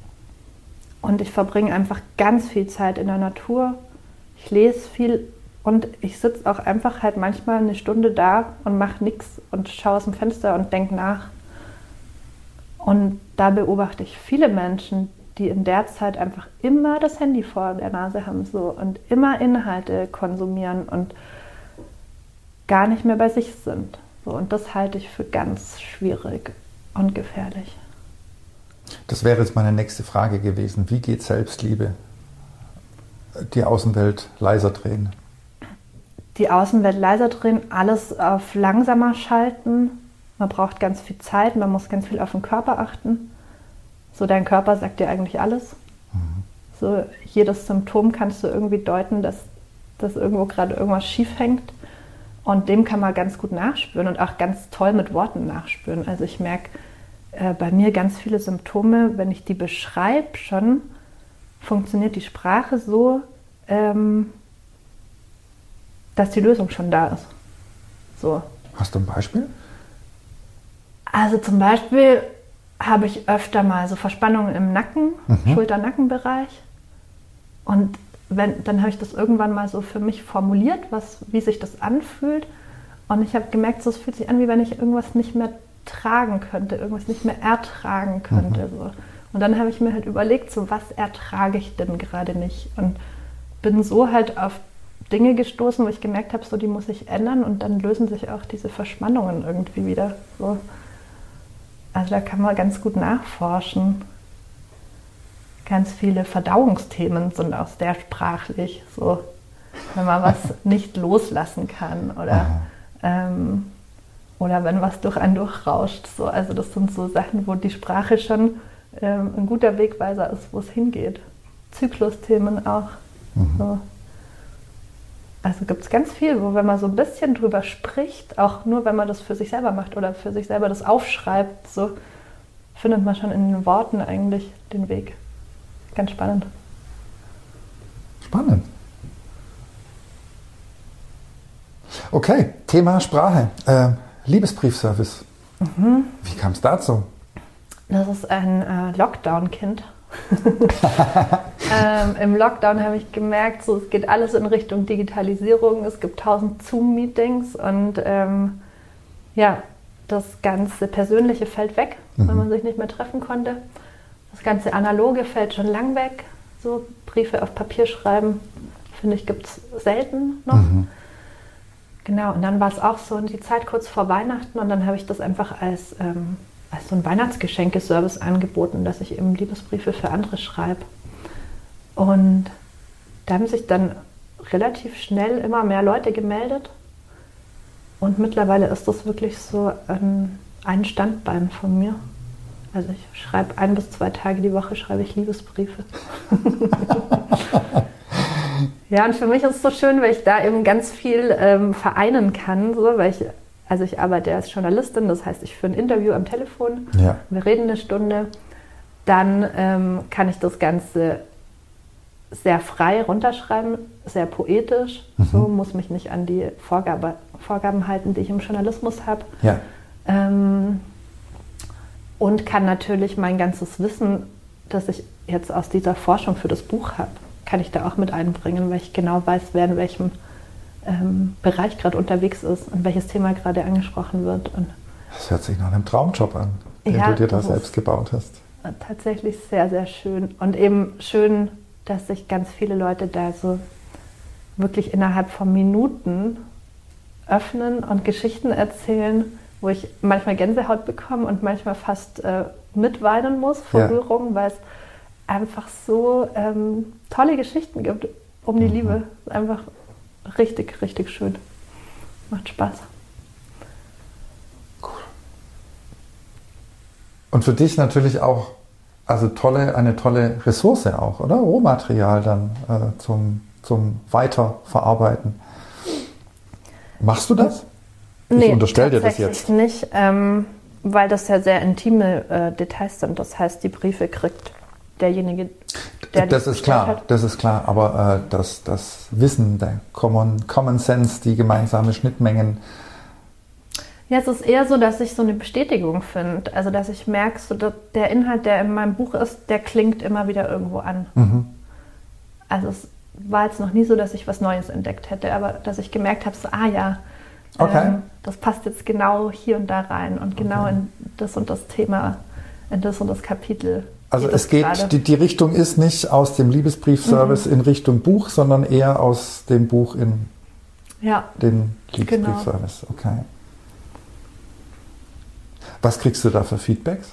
Und ich verbringe einfach ganz viel Zeit in der Natur. Ich lese viel und ich sitze auch einfach halt manchmal eine Stunde da und mache nichts und schaue aus dem Fenster und denke nach. Und da beobachte ich viele Menschen, die in der Zeit einfach immer das Handy vor der Nase haben so, und immer Inhalte konsumieren und gar nicht mehr bei sich sind. So, und das halte ich für ganz schwierig und gefährlich. Das wäre jetzt meine nächste Frage gewesen. Wie geht Selbstliebe? Die Außenwelt leiser drehen? Die Außenwelt leiser drehen, alles auf langsamer schalten. Man braucht ganz viel Zeit, man muss ganz viel auf den Körper achten. So, dein Körper sagt dir eigentlich alles. Mhm. So, jedes Symptom kannst du irgendwie deuten, dass, dass irgendwo gerade irgendwas schief hängt. Und dem kann man ganz gut nachspüren und auch ganz toll mit Worten nachspüren. Also ich merke äh, bei mir ganz viele Symptome, wenn ich die beschreibe schon, funktioniert die Sprache so, ähm, dass die Lösung schon da ist. So. Hast du ein Beispiel? Also zum Beispiel habe ich öfter mal so Verspannungen im Nacken, mhm. Schulter-Nackenbereich. Und wenn, dann habe ich das irgendwann mal so für mich formuliert, was, wie sich das anfühlt. Und ich habe gemerkt, so, es fühlt sich an, wie wenn ich irgendwas nicht mehr tragen könnte, irgendwas nicht mehr ertragen könnte. Mhm. So. Und dann habe ich mir halt überlegt, so, was ertrage ich denn gerade nicht? Und bin so halt auf Dinge gestoßen, wo ich gemerkt habe, so, die muss ich ändern und dann lösen sich auch diese Verspannungen irgendwie wieder. So. Also da kann man ganz gut nachforschen. Ganz viele Verdauungsthemen sind auch sehr sprachlich, so, wenn man was nicht loslassen kann oder, ähm, oder wenn was durch einen durchrauscht. So. Also das sind so Sachen, wo die Sprache schon ähm, ein guter Wegweiser ist, wo es hingeht. Zyklusthemen auch. Mhm. So. Also gibt es ganz viel, wo wenn man so ein bisschen drüber spricht, auch nur wenn man das für sich selber macht oder für sich selber das aufschreibt, so findet man schon in den Worten eigentlich den Weg. Ganz spannend. Spannend. Okay, Thema Sprache. Äh, Liebesbriefservice. Mhm. Wie kam es dazu? Das ist ein äh, Lockdown-Kind. ähm, Im Lockdown habe ich gemerkt, so, es geht alles in Richtung Digitalisierung. Es gibt tausend Zoom-Meetings und ähm, ja, das ganze Persönliche fällt weg, mhm. wenn man sich nicht mehr treffen konnte. Das ganze Analoge fällt schon lang weg. So Briefe auf Papier schreiben, finde ich, gibt es selten noch. Mhm. Genau, und dann war es auch so die Zeit kurz vor Weihnachten und dann habe ich das einfach als, ähm, als so ein Weihnachtsgeschenkeservice angeboten, dass ich eben Liebesbriefe für andere schreibe. Und da haben sich dann relativ schnell immer mehr Leute gemeldet. Und mittlerweile ist das wirklich so ein, ein Standbein von mir. Also ich schreibe ein bis zwei Tage die Woche schreibe ich Liebesbriefe. Ja, und für mich ist es so schön, weil ich da eben ganz viel ähm, vereinen kann. So, weil ich, also ich arbeite als Journalistin, das heißt, ich führe ein Interview am Telefon, ja. Wir reden eine Stunde. Dann ähm, kann ich das Ganze sehr frei runterschreiben, sehr poetisch. Mhm. So, muss mich nicht an die Vorgabe, Vorgaben halten, die ich im Journalismus habe. Ja. Ähm, Und kann natürlich mein ganzes Wissen, das ich jetzt aus dieser Forschung für das Buch habe, kann ich da auch mit einbringen, weil ich genau weiß, wer in welchem ähm, Bereich gerade unterwegs ist und welches Thema gerade angesprochen wird. Und das hört sich nach einem Traumjob an, den ja, du dir da selbst gebaut hast. Tatsächlich sehr, sehr schön. Und eben schön, dass sich ganz viele Leute da so wirklich innerhalb von Minuten öffnen und Geschichten erzählen, wo ich manchmal Gänsehaut bekomme und manchmal fast äh, mitweinen muss vor ja. Rührung, weil es einfach so ähm, tolle Geschichten gibt um die mhm. Liebe. Einfach richtig, richtig schön. Macht Spaß. Cool. Und für dich natürlich auch also tolle, eine tolle Ressource auch, oder? Rohmaterial dann äh, zum, zum Weiterverarbeiten. Machst du das? Ich nee, unterstelle dir das jetzt. Nicht, ähm, weil das ja sehr intime äh, Details sind. Das heißt, die Briefe kriegt derjenige, der das die ist klar, hat. das ist klar. Aber äh, das, das Wissen, der Common, Common Sense, die gemeinsamen Schnittmengen. Ja, es ist eher so, dass ich so eine Bestätigung finde. Also, dass ich merke, so, dass der Inhalt, der in meinem Buch ist, der klingt immer wieder irgendwo an. Mhm. Also, es war jetzt noch nie so, dass ich was Neues entdeckt hätte, aber dass ich gemerkt habe, so, ah ja, okay. ähm, das passt jetzt genau hier und da rein und genau okay. in das und das Thema, in das und das Kapitel. Also es geht, die, die Richtung ist nicht aus dem Liebesbriefservice mhm. in Richtung Buch, sondern eher aus dem Buch in ja, den Liebesbriefservice. Genau. Okay. Was kriegst du da für Feedbacks?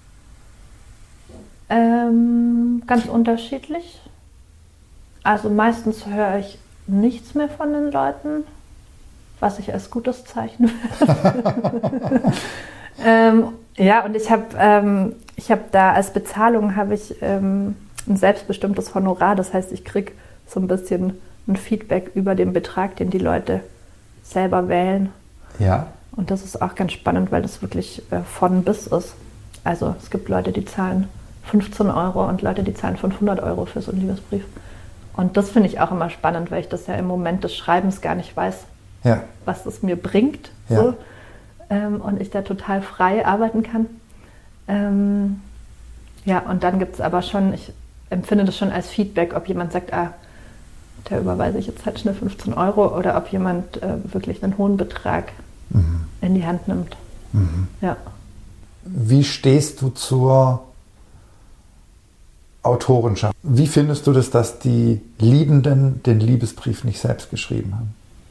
Ähm, ganz unterschiedlich. Also meistens höre ich nichts mehr von den Leuten, was ich als gutes Zeichen würde. ähm, ja, und ich habe ähm, ich hab da als Bezahlung habe ich ähm, ein selbstbestimmtes Honorar. Das heißt, ich kriege so ein bisschen ein Feedback über den Betrag, den die Leute selber wählen. Ja. Und das ist auch ganz spannend, weil das wirklich äh, von bis ist. Also es gibt Leute, die zahlen fünfzehn Euro und Leute, die zahlen fünfhundert Euro für so einen Liebesbrief. Und das finde ich auch immer spannend, weil ich das ja im Moment des Schreibens gar nicht weiß, ja. was das mir bringt. Ja. So. Ähm, und ich da total frei arbeiten kann. Ähm, ja, und dann gibt es aber schon, ich empfinde das schon als Feedback, ob jemand sagt, ah, da überweise ich jetzt halt schnell fünfzehn Euro oder ob jemand äh, wirklich einen hohen Betrag mhm. in die Hand nimmt. Mhm. Ja. Wie stehst du zur Autorenschaft? Wie findest du das, dass die Liebenden den Liebesbrief nicht selbst geschrieben haben?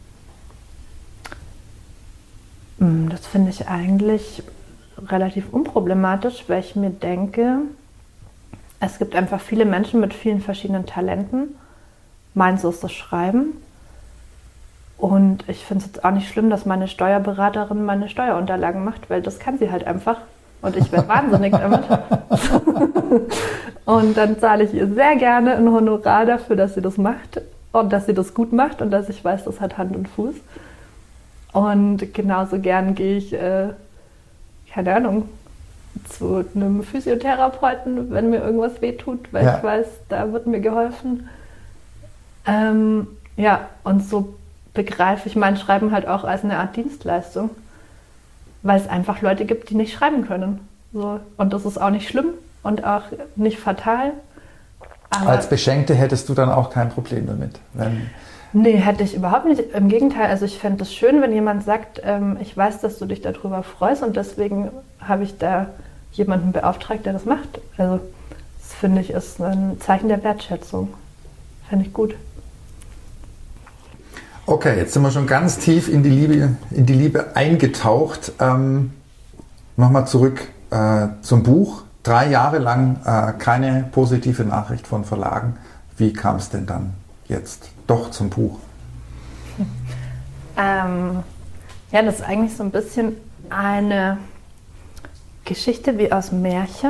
Das finde ich eigentlich relativ unproblematisch, weil ich mir denke, es gibt einfach viele Menschen mit vielen verschiedenen Talenten. Meins ist das Schreiben. Und ich finde es jetzt auch nicht schlimm, dass meine Steuerberaterin meine Steuerunterlagen macht, weil das kann sie halt einfach. Und ich werde wahnsinnig damit. Und dann zahle ich ihr sehr gerne ein Honorar dafür, dass sie das macht und dass sie das gut macht und dass ich weiß, das hat Hand und Fuß. Und genauso gern gehe ich, äh, keine Ahnung, zu einem Physiotherapeuten, wenn mir irgendwas wehtut, weil ja. ich weiß, da wird mir geholfen. Ähm, ja, und so begreife ich mein Schreiben halt auch als eine Art Dienstleistung, weil es einfach Leute gibt, die nicht schreiben können. So. Und das ist auch nicht schlimm und auch nicht fatal. Aber als Beschenkte hättest du dann auch kein Problem damit? Wenn nee, hätte ich überhaupt nicht. Im Gegenteil, also ich fände es schön, wenn jemand sagt, ähm, ich weiß, dass du dich darüber freust und deswegen habe ich da jemanden beauftragt, der das macht. Also das finde ich ist ein Zeichen der Wertschätzung. Finde ich gut. Okay, jetzt sind wir schon ganz tief in die Liebe, in die Liebe eingetaucht. Ähm, Nochmal zurück äh, zum Buch. Drei Jahre lang äh, keine positive Nachricht von Verlagen. Wie kam es denn dann jetzt doch zum Buch? Ähm, ja, das ist eigentlich so ein bisschen eine Geschichte wie aus Märchen.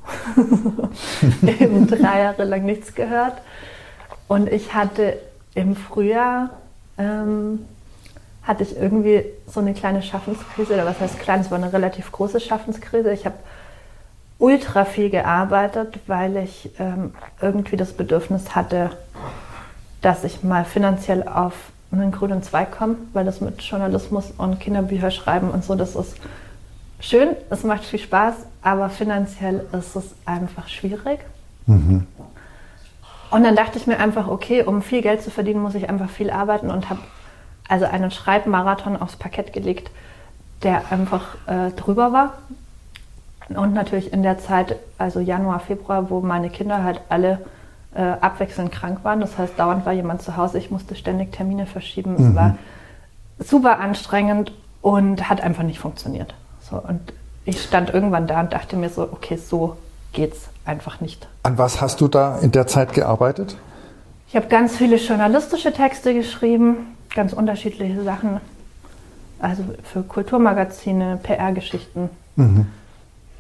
Eben drei Jahre lang nichts gehört. Und ich hatte im Frühjahr ähm, hatte ich irgendwie so eine kleine Schaffenskrise, oder was heißt klein, es war eine relativ große Schaffenskrise. Ich habe ultra viel gearbeitet, weil ich ähm, irgendwie das Bedürfnis hatte, dass ich mal finanziell auf einen grünen Zweig komme, weil das mit Journalismus und Kinderbücher schreiben und so, das ist schön, es macht viel Spaß, aber finanziell ist es einfach schwierig. Mhm. Und dann dachte ich mir einfach, okay, um viel Geld zu verdienen, muss ich einfach viel arbeiten und habe also einen Schreibmarathon aufs Parkett gelegt, der einfach äh, drüber war. Und natürlich in der Zeit, also Januar, Februar, wo meine Kinder halt alle äh, abwechselnd krank waren. Das heißt, dauernd war jemand zu Hause, ich musste ständig Termine verschieben. Mhm. Es war super anstrengend und hat einfach nicht funktioniert. So, und ich stand irgendwann da und dachte mir so, okay, so geht's einfach nicht. An was hast du da in der Zeit gearbeitet? Ich habe ganz viele journalistische Texte geschrieben, ganz unterschiedliche Sachen. Also für Kulturmagazine, P R-Geschichten. Mhm.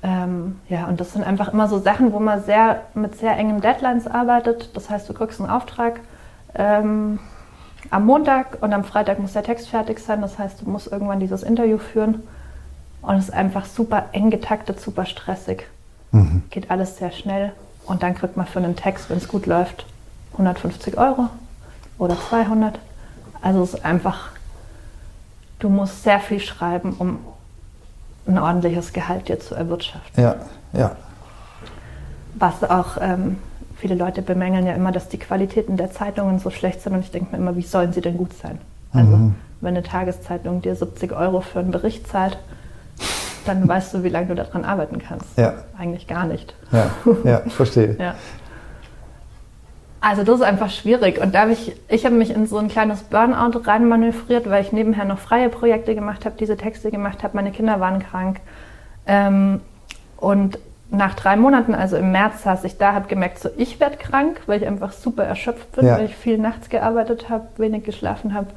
Ähm, ja, und das sind einfach immer so Sachen, wo man sehr mit sehr engen Deadlines arbeitet. Das heißt, du kriegst einen Auftrag ähm, am Montag und am Freitag muss der Text fertig sein. Das heißt, du musst irgendwann dieses Interview führen. Und es ist einfach super eng getaktet, super stressig. Mhm. Geht alles sehr schnell. Und dann kriegt man für einen Text, wenn es gut läuft, hundertfünfzig Euro oder zweihundert. Also es ist einfach, du musst sehr viel schreiben, um ein ordentliches Gehalt dir zu erwirtschaften. Ja, ja. Was auch, ähm, viele Leute bemängeln ja immer, dass die Qualitäten der Zeitungen so schlecht sind. Und ich denke mir immer, wie sollen sie denn gut sein? Also mhm. wenn eine Tageszeitung dir siebzig Euro für einen Bericht zahlt, dann weißt du, wie lange du daran arbeiten kannst. Ja. Eigentlich gar nicht. Ja, ja, verstehe. Ja. Also das ist einfach schwierig. Und da habe ich, ich habe mich in so ein kleines Burnout reinmanövriert, weil ich nebenher noch freie Projekte gemacht habe, diese Texte gemacht habe. Meine Kinder waren krank. Ähm, und nach drei Monaten, also im März, saß ich da, habe gemerkt, so ich werde krank, weil ich einfach super erschöpft bin, ja. weil ich viel nachts gearbeitet habe, wenig geschlafen habe.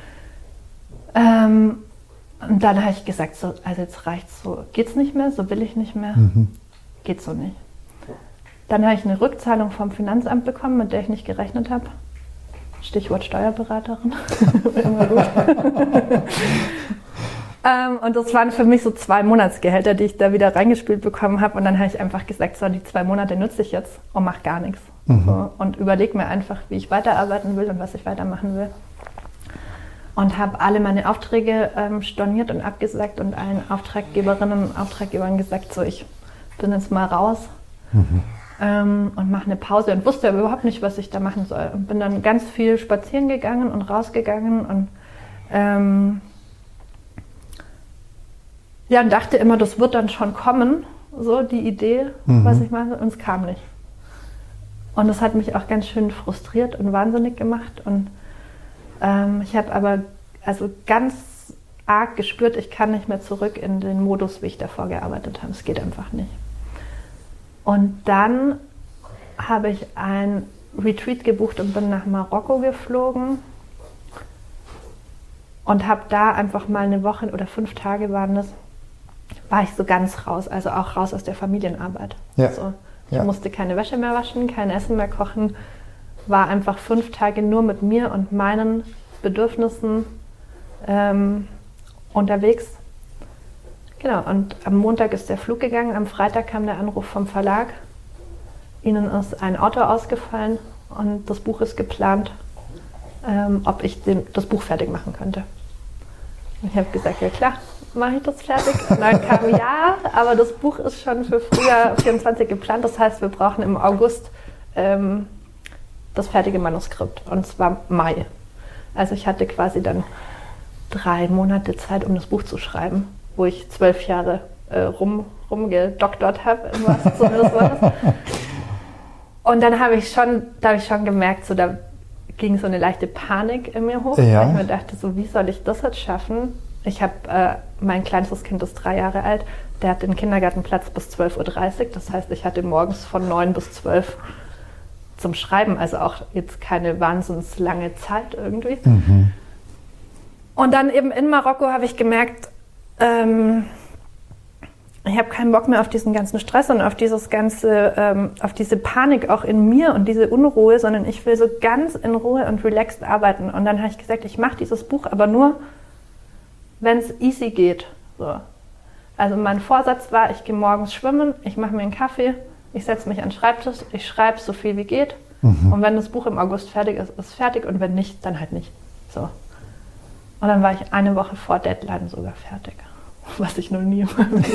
Ähm, und dann habe ich gesagt, so, also jetzt reicht's so, geht's nicht mehr, so will ich nicht mehr, mhm. geht so nicht. Dann habe ich eine Rückzahlung vom Finanzamt bekommen, mit der ich nicht gerechnet habe. Stichwort Steuerberaterin. Immer gut. ähm, und das waren für mich so zwei Monatsgehälter, die ich da wieder reingespielt bekommen habe. Und dann habe ich einfach gesagt, so die zwei Monate nutze ich jetzt und mache gar nichts. Mhm. So, und überlege mir einfach, wie ich weiterarbeiten will und was ich weitermachen will. Und habe alle meine Aufträge ähm, storniert und abgesagt und allen Auftraggeberinnen und Auftraggebern gesagt, so ich bin jetzt mal raus. Mhm. Und mache eine Pause und wusste aber überhaupt nicht, was ich da machen soll. Und bin dann ganz viel spazieren gegangen und rausgegangen und ähm, ja, und dachte immer, das wird dann schon kommen, so die Idee, mhm. was ich mache, und es kam nicht. Und das hat mich auch ganz schön frustriert und wahnsinnig gemacht. Und ähm, ich habe aber also ganz arg gespürt, ich kann nicht mehr zurück in den Modus, wie ich davor gearbeitet habe. Es geht einfach nicht. Und dann habe ich ein Retreat gebucht und bin nach Marokko geflogen und habe da einfach mal eine Woche oder fünf Tage waren das, war ich so ganz raus, also auch raus aus der Familienarbeit. Ja. So, ich ja. musste keine Wäsche mehr waschen, kein Essen mehr kochen, war einfach fünf Tage nur mit mir und meinen Bedürfnissen ähm, unterwegs. Genau, und am Montag ist der Flug gegangen, am Freitag kam der Anruf vom Verlag. Ihnen ist ein Auto ausgefallen und das Buch ist geplant, ähm, ob ich den, das Buch fertig machen könnte. Und ich habe gesagt, ja klar, mache ich das fertig. Und dann kam ja, aber das Buch ist schon für Frühjahr vierundzwanzig geplant. Das heißt, wir brauchen im August ähm, das fertige Manuskript, und zwar Mai. Also ich hatte quasi dann drei Monate Zeit, um das Buch zu schreiben, wo ich zwölf Jahre äh, rum, rumgedoktort habe, im wahrsten Sinne des Wortes. Und dann habe ich schon, da habe ich schon gemerkt, so da ging so eine leichte Panik in mir hoch, ja. weil ich mir dachte, so wie soll ich das jetzt schaffen? Ich habe, äh, mein kleinstes Kind ist drei Jahre alt, der hat den Kindergartenplatz bis zwölf Uhr dreißig, das heißt, ich hatte morgens von neun bis zwölf zum Schreiben, also auch jetzt keine wahnsinns lange Zeit irgendwie. Mhm. Und dann eben in Marokko habe ich gemerkt, ähm, ich habe keinen Bock mehr auf diesen ganzen Stress und auf dieses ganze, ähm, auf diese Panik auch in mir und diese Unruhe, sondern ich will so ganz in Ruhe und relaxed arbeiten. Und dann habe ich gesagt, ich mache dieses Buch aber nur, wenn es easy geht. So. Also mein Vorsatz war, ich gehe morgens schwimmen, ich mache mir einen Kaffee, ich setze mich an den Schreibtisch, ich schreibe so viel wie geht. Mhm. Und wenn das Buch im August fertig ist, ist es fertig, und wenn nicht, dann halt nicht. So. Und dann war ich eine Woche vor Deadline sogar fertig. Was ich noch nie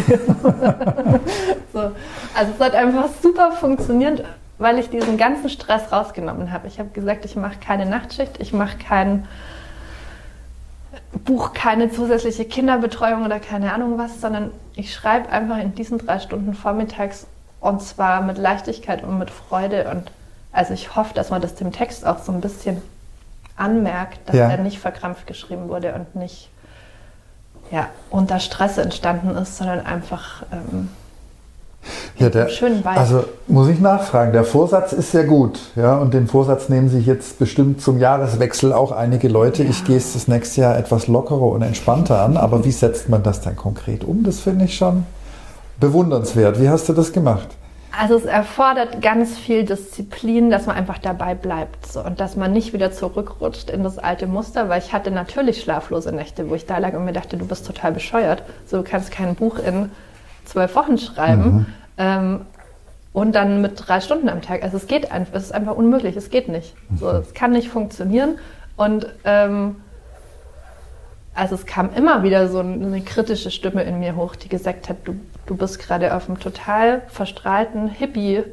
so. Also es hat einfach super funktioniert, weil ich diesen ganzen Stress rausgenommen habe. Ich habe gesagt, ich mache keine Nachtschicht, ich mache kein Buch, keine zusätzliche Kinderbetreuung oder keine Ahnung was, sondern ich schreibe einfach in diesen drei Stunden vormittags, und zwar mit Leichtigkeit und mit Freude. Und also ich hoffe, dass man das dem Text auch so ein bisschen anmerkt, dass ja. er nicht verkrampft geschrieben wurde und nicht ja, unter Stress entstanden ist, sondern einfach ähm, ja, der, schön weit. Also muss ich nachfragen, der Vorsatz ist sehr gut, ja, und den Vorsatz nehmen sich jetzt bestimmt zum Jahreswechsel auch einige Leute. Ja. Ich gehe es das nächste Jahr etwas lockerer und entspannter an, aber wie setzt man das dann konkret um? Das finde ich schon bewundernswert. Wie hast du das gemacht? Also es erfordert ganz viel Disziplin, dass man einfach dabei bleibt so, und dass man nicht wieder zurückrutscht in das alte Muster, weil ich hatte natürlich schlaflose Nächte, wo ich da lag und mir dachte, du bist total bescheuert, so, du kannst kein Buch in zwölf Wochen schreiben mhm. ähm, und dann mit drei Stunden am Tag. Also es geht einfach, es ist einfach unmöglich, es geht nicht. So, es kann nicht funktionieren und ähm, also es kam immer wieder so eine kritische Stimme in mir hoch, die gesagt hat, du, du bist gerade auf einem total verstrahlten Hippie-Ding.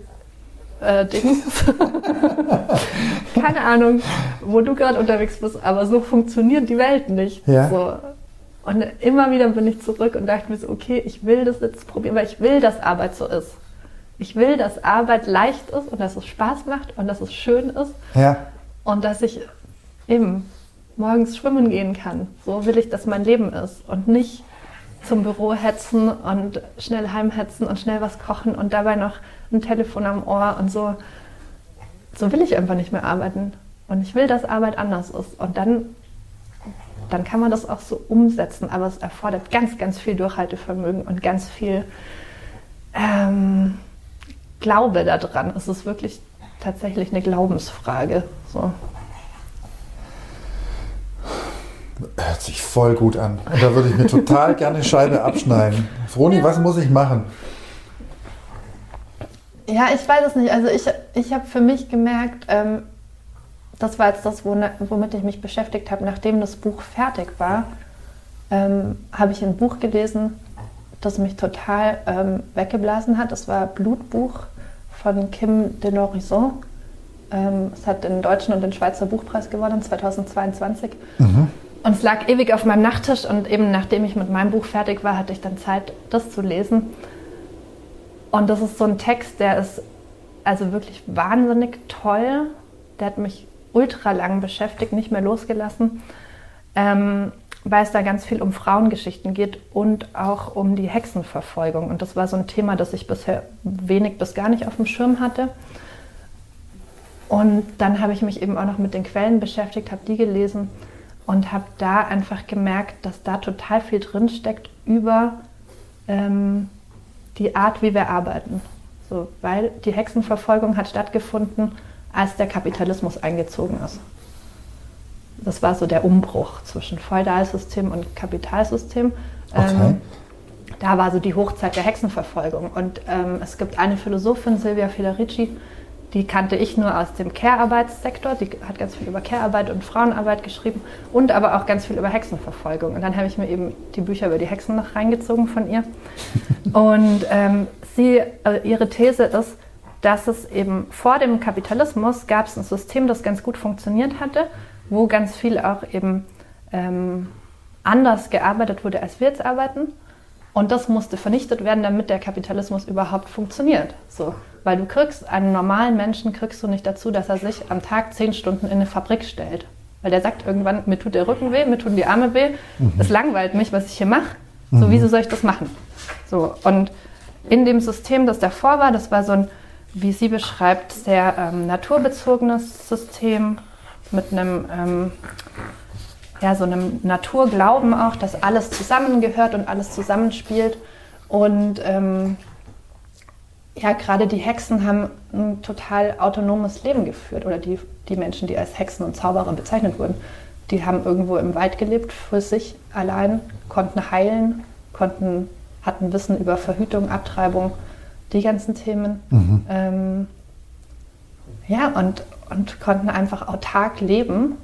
Keine Ahnung, wo du gerade unterwegs bist, aber so funktioniert die Welt nicht. Ja. So. Und immer wieder bin ich zurück und dachte mir so, okay, ich will das jetzt probieren, weil ich will, dass Arbeit so ist. Ich will, dass Arbeit leicht ist und dass es Spaß macht und dass es schön ist. Ja. Und dass ich eben morgens schwimmen gehen kann. So will ich, dass mein Leben ist. Und nicht zum Büro hetzen und schnell heimhetzen und schnell was kochen und dabei noch ein Telefon am Ohr und so. So will ich einfach nicht mehr arbeiten. Und ich will, dass Arbeit anders ist. Und dann, dann kann man das auch so umsetzen. Aber es erfordert ganz, ganz viel Durchhaltevermögen und ganz viel ähm, Glaube daran. Es ist wirklich tatsächlich eine Glaubensfrage. So. Hört sich voll gut an. Und da würde ich mir total gerne eine Scheibe abschneiden. Froni, ja. Was muss ich machen? Ja, ich weiß es nicht. Also ich, ich habe für mich gemerkt, ähm, das war jetzt das, womit ich mich beschäftigt habe. Nachdem das Buch fertig war, ähm, habe ich ein Buch gelesen, das mich total ähm, weggeblasen hat. Das war Blutbuch von Kim de l'Horizon. Ähm, es hat den deutschen und den Schweizer Buchpreis gewonnen, zweitausendzweiundzwanzig. Mhm. Und es lag ewig auf meinem Nachttisch und eben nachdem ich mit meinem Buch fertig war, hatte ich dann Zeit, das zu lesen. Und das ist so ein Text, der ist also wirklich wahnsinnig toll. Der hat mich ultra lang beschäftigt, nicht mehr losgelassen, ähm, weil es da ganz viel um Frauengeschichten geht und auch um die Hexenverfolgung. Und das war so ein Thema, das ich bisher wenig bis gar nicht auf dem Schirm hatte. Und dann habe ich mich eben auch noch mit den Quellen beschäftigt, habe die gelesen. Und habe da einfach gemerkt, dass da total viel drinsteckt über ähm, die Art, wie wir arbeiten. So, weil die Hexenverfolgung hat stattgefunden, als der Kapitalismus eingezogen ist. Das war so der Umbruch zwischen Feudalsystem und Kapitalsystem. Okay. Ähm, da war so die Hochzeit der Hexenverfolgung. Und ähm, es gibt eine Philosophin, Silvia Federici, die kannte ich nur aus dem Care-Arbeitssektor. Die hat ganz viel über Care-Arbeit und Frauenarbeit geschrieben und aber auch ganz viel über Hexenverfolgung. Und dann habe ich mir eben die Bücher über die Hexen noch reingezogen von ihr. Und ähm, sie, äh, ihre These ist, dass es eben vor dem Kapitalismus gab es ein System, das ganz gut funktioniert hatte, wo ganz viel auch eben ähm, anders gearbeitet wurde, als wir jetzt arbeiten. Und das musste vernichtet werden, damit der Kapitalismus überhaupt funktioniert. So. Weil du kriegst, einen normalen Menschen kriegst du nicht dazu, dass er sich am Tag zehn Stunden in eine Fabrik stellt. Weil der sagt irgendwann, mir tut der Rücken weh, mir tun die Arme weh, mhm. Es langweilt mich, was ich hier mache. So, mhm. Wieso soll ich das machen? So, und in dem System, das davor war, das war so ein, wie sie beschreibt, sehr ähm, naturbezogenes System mit einem, ähm, ja, so einem Naturglauben auch, dass alles zusammengehört und alles zusammenspielt. Und ähm, ja, gerade die Hexen haben ein total autonomes Leben geführt. Oder die, die Menschen, die als Hexen und Zauberer bezeichnet wurden, die haben irgendwo im Wald gelebt, für sich allein, konnten heilen, konnten, hatten Wissen über Verhütung, Abtreibung, die ganzen Themen. Mhm. Ähm, ja, und, und konnten einfach autark leben.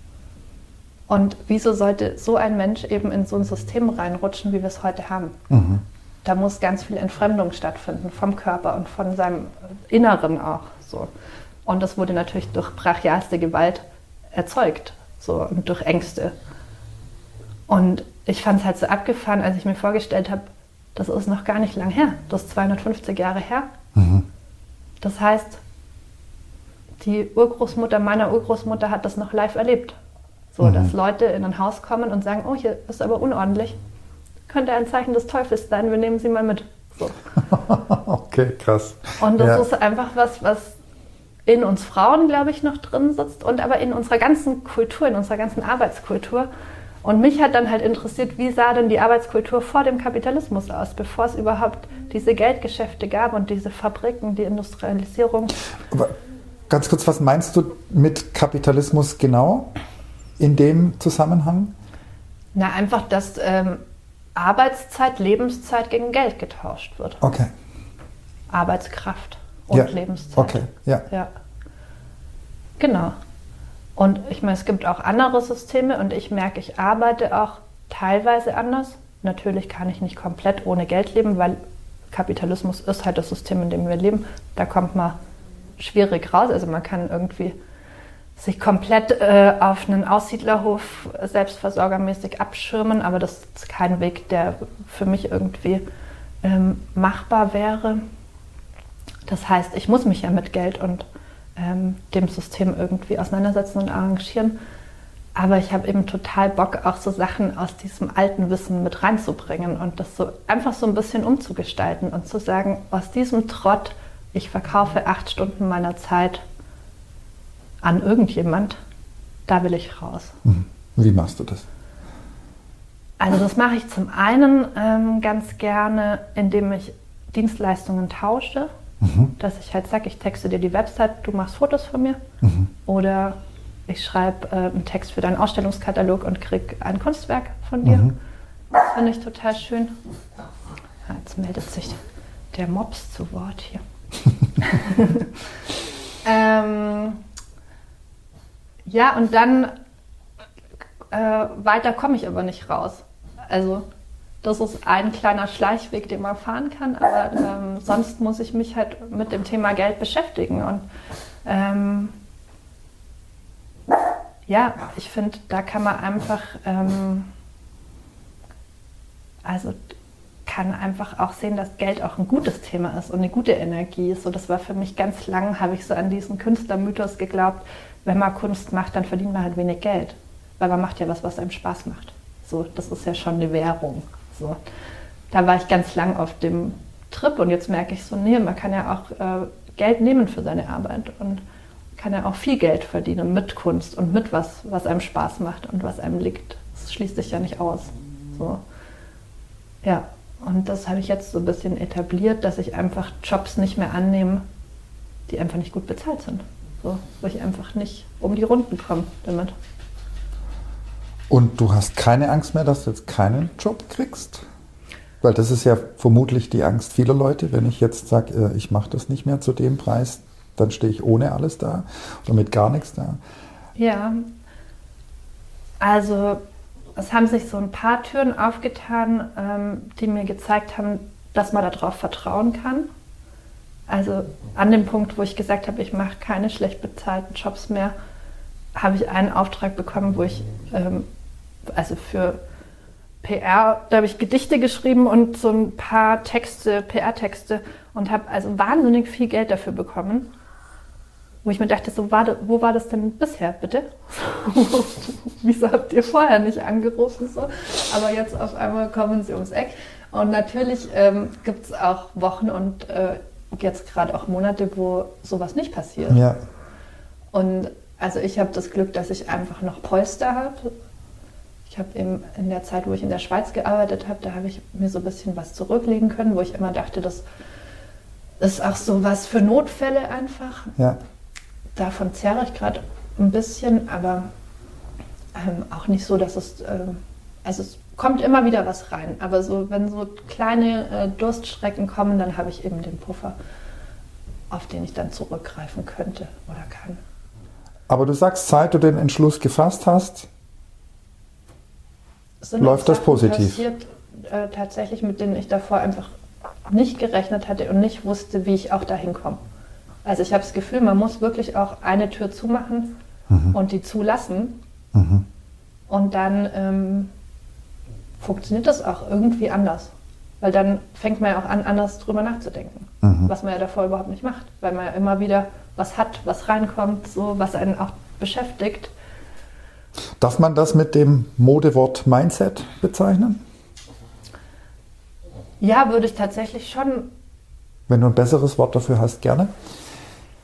Und wieso sollte so ein Mensch eben in so ein System reinrutschen, wie wir es heute haben? Mhm. Da muss ganz viel Entfremdung stattfinden vom Körper und von seinem Inneren auch. So. Und das wurde natürlich durch brachialste Gewalt erzeugt, so, und durch Ängste. Und ich fand es halt so abgefahren, als ich mir vorgestellt habe, das ist noch gar nicht lang her, das ist zweihundertfünfzig Jahre her. Mhm. Das heißt, die Urgroßmutter meiner Urgroßmutter hat das noch live erlebt. So, mhm. Dass Leute in ein Haus kommen und sagen, oh, hier ist aber unordentlich. Könnte ein Zeichen des Teufels sein, wir nehmen sie mal mit. So. Okay, krass. Und das ja. ist einfach was, was in uns Frauen, glaube ich, noch drin sitzt und aber in unserer ganzen Kultur, in unserer ganzen Arbeitskultur. Und mich hat dann halt interessiert, wie sah denn die Arbeitskultur vor dem Kapitalismus aus, bevor es überhaupt diese Geldgeschäfte gab und diese Fabriken, die Industrialisierung. Aber ganz kurz, was meinst du mit Kapitalismus genau in dem Zusammenhang? Na, einfach, dass ähm, Arbeitszeit, Lebenszeit gegen Geld getauscht wird. Okay. Arbeitskraft und Ja. Lebenszeit. Okay, ja. Ja. Genau. Und ich meine, es gibt auch andere Systeme und ich merke, ich arbeite auch teilweise anders. Natürlich kann ich nicht komplett ohne Geld leben, weil Kapitalismus ist halt das System, in dem wir leben. Da kommt man schwierig raus. Also man kann irgendwie sich komplett äh, auf einen Aussiedlerhof selbstversorgermäßig abschirmen, aber das ist kein Weg, der für mich irgendwie ähm, machbar wäre. Das heißt, ich muss mich ja mit Geld und ähm, dem System irgendwie auseinandersetzen und arrangieren. Aber ich habe eben total Bock, auch so Sachen aus diesem alten Wissen mit reinzubringen und das so einfach so ein bisschen umzugestalten und zu sagen, aus diesem Trott, ich verkaufe acht Stunden meiner Zeit an irgendjemand, da will ich raus. Wie machst du das? Also das mache ich zum einen ähm, ganz gerne, indem ich Dienstleistungen tausche, mhm. dass ich halt sage, ich texte dir die Website, du machst Fotos von mir mhm. oder ich schreibe äh, einen Text für deinen Ausstellungskatalog und kriege ein Kunstwerk von dir. Mhm. Das finde ich total schön. Ja, jetzt meldet sich der Mops zu Wort hier. ähm, ja, und dann äh, weiter komme ich aber nicht raus. Also das ist ein kleiner Schleichweg, den man fahren kann, aber ähm, sonst muss ich mich halt mit dem Thema Geld beschäftigen. Und ähm, ja, ich finde, da kann man einfach, ähm, also kann einfach auch sehen, dass Geld auch ein gutes Thema ist und eine gute Energie ist. So, das war für mich ganz lang, habe ich so an diesen Künstlermythos geglaubt, wenn man Kunst macht, dann verdient man halt wenig Geld, weil man macht ja was, was einem Spaß macht. So, das ist ja schon eine Währung. So, da war ich ganz lang auf dem Trip und jetzt merke ich so, nee, man kann ja auch äh, Geld nehmen für seine Arbeit und kann ja auch viel Geld verdienen mit Kunst und mit was, was einem Spaß macht und was einem liegt. Das schließt sich ja nicht aus. So. Ja, und das habe ich jetzt so ein bisschen etabliert, dass ich einfach Jobs nicht mehr annehme, die einfach nicht gut bezahlt sind. So, wo ich einfach nicht um die Runden komme damit. Und du hast keine Angst mehr, dass du jetzt keinen Job kriegst? Weil das ist ja vermutlich die Angst vieler Leute, wenn ich jetzt sage, ich mache das nicht mehr zu dem Preis, dann stehe ich ohne alles da oder mit gar nichts da. Ja, also es haben sich so ein paar Türen aufgetan, ähm, die mir gezeigt haben, dass man darauf vertrauen kann. Also an dem Punkt, wo ich gesagt habe, ich mache keine schlecht bezahlten Jobs mehr, habe ich einen Auftrag bekommen, wo ich, ähm, also für P R, da habe ich Gedichte geschrieben und so ein paar Texte, P R-Texte und habe also wahnsinnig viel Geld dafür bekommen. Wo ich mir dachte, so, war das, wo war das denn bisher, bitte? Wieso habt ihr vorher nicht angerufen? So? Aber jetzt auf einmal kommen sie ums Eck. Und natürlich ähm, gibt es auch Wochen und äh, jetzt gerade auch Monate, wo sowas nicht passiert. Ja. Und also ich habe das Glück, dass ich einfach noch Polster habe. Ich habe eben in der Zeit, wo ich in der Schweiz gearbeitet habe, da habe ich mir so ein bisschen was zurücklegen können, wo ich immer dachte, das ist auch so was für Notfälle einfach. Ja. Davon zehre ich gerade ein bisschen, aber ähm, auch nicht so, dass es, ähm, also es kommt immer wieder was rein, aber so, wenn so kleine äh, Durststrecken kommen, dann habe ich eben den Puffer, auf den ich dann zurückgreifen könnte oder kann. Aber du sagst, seit du den Entschluss gefasst hast, Sind läuft das Sachen positiv? Passiert, äh, tatsächlich, mit denen ich davor einfach nicht gerechnet hatte und nicht wusste, wie ich auch dahin komme. Also ich habe das Gefühl, man muss wirklich auch eine Tür zumachen mhm. und die zulassen. Mhm. Und dann ähm, funktioniert das auch irgendwie anders. Weil dann fängt man ja auch an, anders drüber nachzudenken. Mhm. Was man ja davor überhaupt nicht macht. Weil man ja immer wieder was hat, was reinkommt, so, was einen auch beschäftigt. Darf man das mit dem Modewort Mindset bezeichnen? Ja, würde ich tatsächlich schon. Wenn du ein besseres Wort dafür hast, gerne.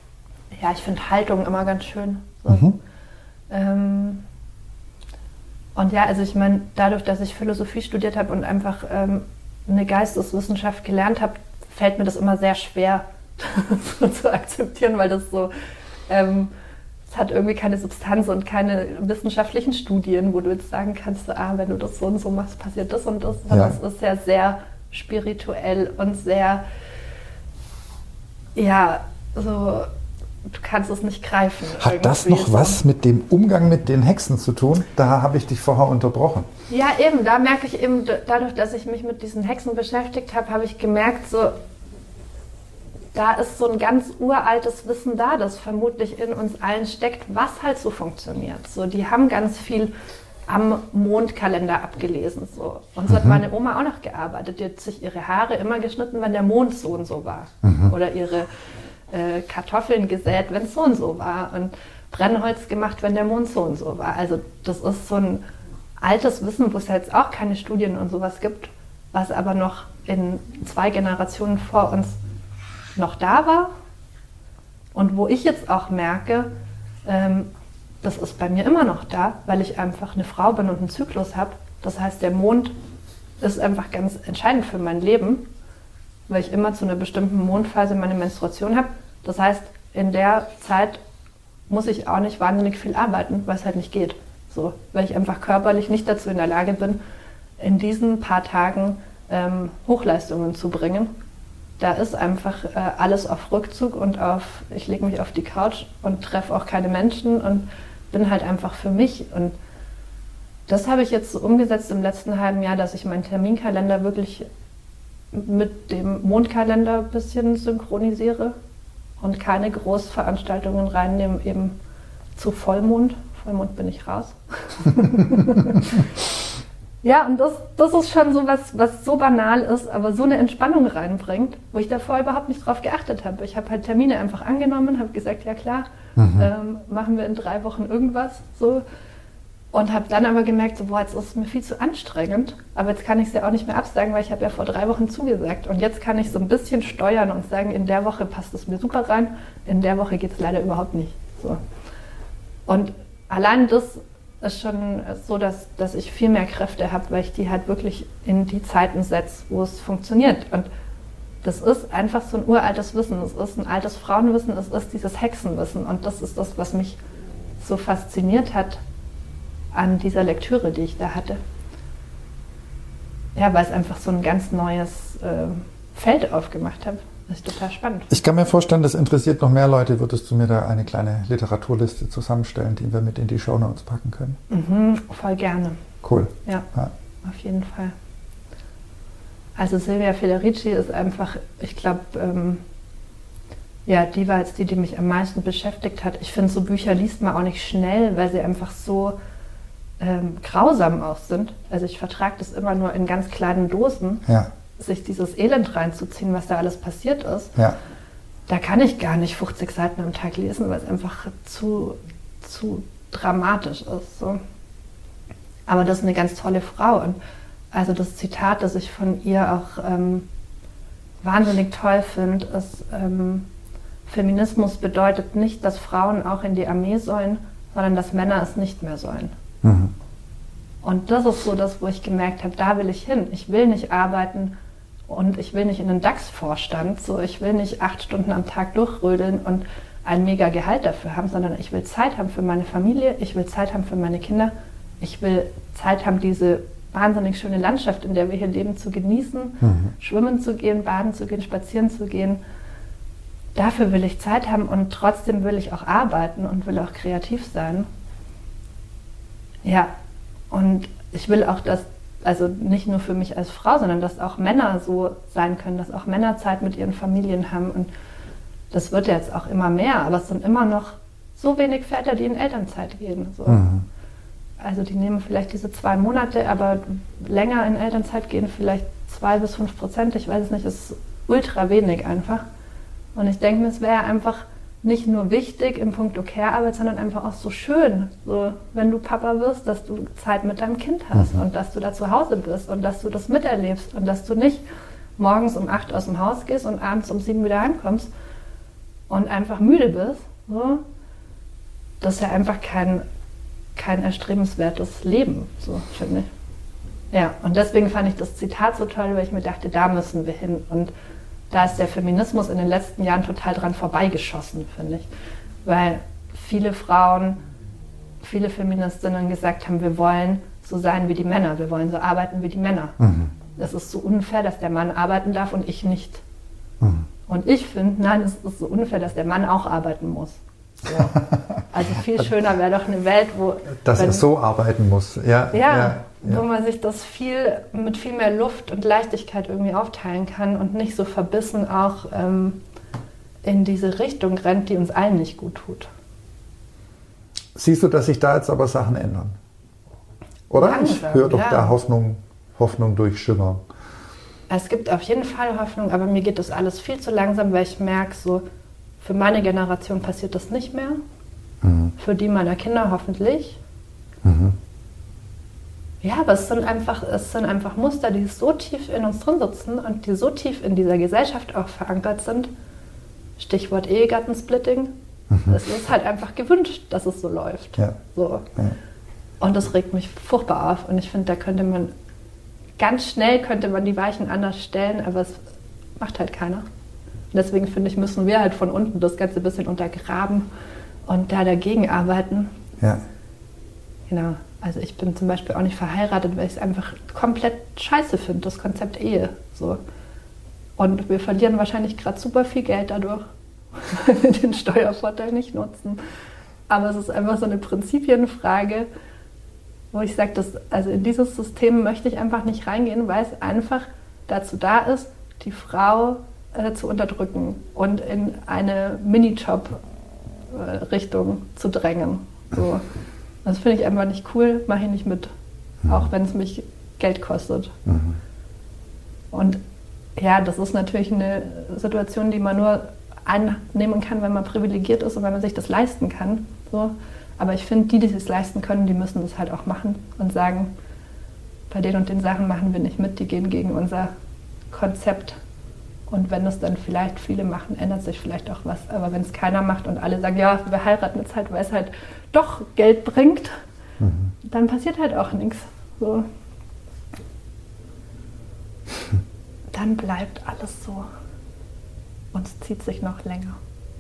Ja, ich finde Haltung immer ganz schön. So. Mhm. Ähm, Und ja, also ich meine, dadurch, dass ich Philosophie studiert habe und einfach ähm, eine Geisteswissenschaft gelernt habe, fällt mir das immer sehr schwer so zu akzeptieren, weil das so, ähm, es hat irgendwie keine Substanz und keine wissenschaftlichen Studien, wo du jetzt sagen kannst, so, ah, wenn du das so und so machst, passiert das und das. Ja. Das ist ja sehr spirituell und sehr, ja, so, du kannst es nicht greifen. Hat das noch so was mit dem Umgang mit den Hexen zu tun? Da habe ich dich vorher unterbrochen. Ja, eben, da merke ich eben, dadurch, dass ich mich mit diesen Hexen beschäftigt habe, habe ich gemerkt, so, da ist so ein ganz uraltes Wissen da, das vermutlich in uns allen steckt, was halt so funktioniert. So, die haben ganz viel am Mondkalender abgelesen. So. Und so mhm. hat meine Oma auch noch gearbeitet. Die hat sich ihre Haare immer geschnitten, wenn der Mond so und so war. Mhm. Oder ihre äh, Kartoffeln gesät, wenn es so und so war. Und Brennholz gemacht, wenn der Mond so und so war. Also das ist so ein altes Wissen, wo es jetzt auch keine Studien und sowas gibt, was aber noch in zwei Generationen vor uns noch da war. Und wo ich jetzt auch merke, ähm, das ist bei mir immer noch da, weil ich einfach eine Frau bin und einen Zyklus habe. Das heißt, der Mond ist einfach ganz entscheidend für mein Leben, weil ich immer zu einer bestimmten Mondphase meine Menstruation habe. Das heißt, in der Zeit muss ich auch nicht wahnsinnig viel arbeiten, weil es halt nicht geht. So, weil ich einfach körperlich nicht dazu in der Lage bin, in diesen paar Tagen ähm, Hochleistungen zu bringen. Da ist einfach äh, alles auf Rückzug und auf, ich lege mich auf die Couch und treffe auch keine Menschen und bin halt einfach für mich. Und das habe ich jetzt so umgesetzt im letzten halben Jahr, dass ich meinen Terminkalender wirklich mit dem Mondkalender ein bisschen synchronisiere und keine Großveranstaltungen reinnehme, eben zu Vollmond. Vollmond bin ich raus. Ja, und das, das ist schon so was, was so banal ist, aber so eine Entspannung reinbringt, wo ich davor überhaupt nicht drauf geachtet habe. Ich habe halt Termine einfach angenommen, habe gesagt, ja klar, mhm. ähm, machen wir in drei Wochen irgendwas, so. Und habe dann aber gemerkt, so, boah, jetzt ist es mir viel zu anstrengend, aber jetzt kann ich es ja auch nicht mehr absagen, weil ich habe ja vor drei Wochen zugesagt. Und jetzt kann ich so ein bisschen steuern und sagen, in der Woche passt es mir super rein, in der Woche geht es leider überhaupt nicht. So. Und allein das ist schon so, dass, dass ich viel mehr Kräfte habe, weil ich die halt wirklich in die Zeiten setze, wo es funktioniert. Und das ist einfach so ein uraltes Wissen. Es ist ein altes Frauenwissen, es ist dieses Hexenwissen. Und das ist das, was mich so fasziniert hat an dieser Lektüre, die ich da hatte. Ja, weil es einfach so ein ganz neues äh, Feld aufgemacht hat. Das ist total spannend. Ich kann mir vorstellen, das interessiert noch mehr Leute. Würdest du mir da eine kleine Literaturliste zusammenstellen, die wir mit in die Shownotes packen können? Mhm, voll gerne. Cool. Ja, ja, auf jeden Fall. Also Silvia Federici ist einfach, ich glaube, ähm, ja, die war jetzt die, die mich am meisten beschäftigt hat. Ich finde, so Bücher liest man auch nicht schnell, weil sie einfach so ähm, grausam auch sind. Also ich vertrage das immer nur in ganz kleinen Dosen. Ja. Sich dieses Elend reinzuziehen, was da alles passiert ist, ja. Da kann ich gar nicht fünfzig Seiten am Tag lesen, weil es einfach zu, zu dramatisch ist. So. Aber das ist eine ganz tolle Frau. Und also das Zitat, das ich von ihr auch ähm, wahnsinnig toll finde, ist, ähm, Feminismus bedeutet nicht, dass Frauen auch in die Armee sollen, sondern dass Männer es nicht mehr sollen. Mhm. Und das ist so das, wo ich gemerkt habe, da will ich hin. Ich will nicht arbeiten und ich will nicht in den DAX-Vorstand. So, ich will nicht acht Stunden am Tag durchrödeln und ein mega Gehalt dafür haben, sondern ich will Zeit haben für meine Familie, ich will Zeit haben für meine Kinder, ich will Zeit haben, diese wahnsinnig schöne Landschaft, in der wir hier leben, zu genießen, mhm. schwimmen zu gehen, baden zu gehen, spazieren zu gehen. Dafür will ich Zeit haben und trotzdem will ich auch arbeiten und will auch kreativ sein. Ja, und ich will auch, dass, also nicht nur für mich als Frau, sondern dass auch Männer so sein können, dass auch Männer Zeit mit ihren Familien haben. Und das wird ja jetzt auch immer mehr, aber es sind immer noch so wenig Väter, die in Elternzeit gehen. So. Mhm. Also die nehmen vielleicht diese zwei Monate, aber länger in Elternzeit gehen vielleicht zwei bis fünf Prozent, ich weiß es nicht, ist ultra wenig einfach. Und ich denke mir, es wäre einfach nicht nur wichtig im Punkt Care-Arbeit, sondern einfach auch so schön, so, wenn du Papa wirst, dass du Zeit mit deinem Kind hast mhm. und dass du da zu Hause bist und dass du das miterlebst und dass du nicht morgens um acht aus dem Haus gehst und abends um sieben wieder heimkommst und einfach müde bist. So. Das ist ja einfach kein, kein erstrebenswertes Leben, so finde ich. Ja, und deswegen fand ich das Zitat so toll, weil ich mir dachte, da müssen wir hin. Und da ist der Feminismus in den letzten Jahren total dran vorbeigeschossen, finde ich. Weil viele Frauen, viele Feministinnen gesagt haben, wir wollen so sein wie die Männer, wir wollen so arbeiten wie die Männer. Mhm. Das ist so unfair, dass der Mann arbeiten darf und ich nicht. Mhm. Und ich finde, nein, es ist so unfair, dass der Mann auch arbeiten muss. So. Also viel schöner wäre doch eine Welt, wo... Dass wenn, er so arbeiten muss, ja. Ja, ja, ja. Wo man sich das viel mit viel mehr Luft und Leichtigkeit irgendwie aufteilen kann und nicht so verbissen auch ähm, in diese Richtung rennt, die uns allen nicht gut tut. Siehst du, dass sich da jetzt aber Sachen ändern? Oder? Langsam, ich höre doch ja. da Hoffnung, Hoffnung durchschimmern. Es gibt auf jeden Fall Hoffnung, aber mir geht das alles viel zu langsam, weil ich merke, so für meine Generation passiert das nicht mehr. Mhm. Für die meiner Kinder hoffentlich. Mhm. Ja, aber es sind, einfach, es sind einfach Muster, die so tief in uns drin sitzen und die so tief in dieser Gesellschaft auch verankert sind. Stichwort Ehegattensplitting. Mhm. Es ist halt einfach gewünscht, dass es so läuft. Ja. So. Ja. Und das regt mich furchtbar auf. Und ich finde, da könnte man ganz schnell könnte man die Weichen anders stellen, aber es macht halt keiner. Und deswegen finde ich, müssen wir halt von unten das Ganze ein bisschen untergraben und da dagegen arbeiten. Ja. Genau. Also ich bin zum Beispiel auch nicht verheiratet, weil ich es einfach komplett scheiße finde, das Konzept Ehe. So. Und wir verlieren wahrscheinlich gerade super viel Geld dadurch, weil wir den Steuervorteil nicht nutzen. Aber es ist einfach so eine Prinzipienfrage, wo ich sage, also in dieses System möchte ich einfach nicht reingehen, weil es einfach dazu da ist, die Frau äh, zu unterdrücken und in eine Minijob-Richtung äh, zu drängen. So. Das finde ich einfach nicht cool, mache ich nicht mit, mhm. auch wenn es mich Geld kostet. Mhm. Und ja, das ist natürlich eine Situation, die man nur annehmen kann, wenn man privilegiert ist und wenn man sich das leisten kann. So. Aber ich finde, die, die es leisten können, die müssen das halt auch machen und sagen, bei den und den Sachen machen wir nicht mit, die gehen gegen unser Konzept. Und wenn es dann vielleicht viele machen, ändert sich vielleicht auch was. Aber wenn es keiner macht und alle sagen, ja, wir heiraten jetzt halt, weil es halt doch Geld bringt, mhm. dann passiert halt auch nichts. So. Dann bleibt alles so. Und es zieht sich noch länger.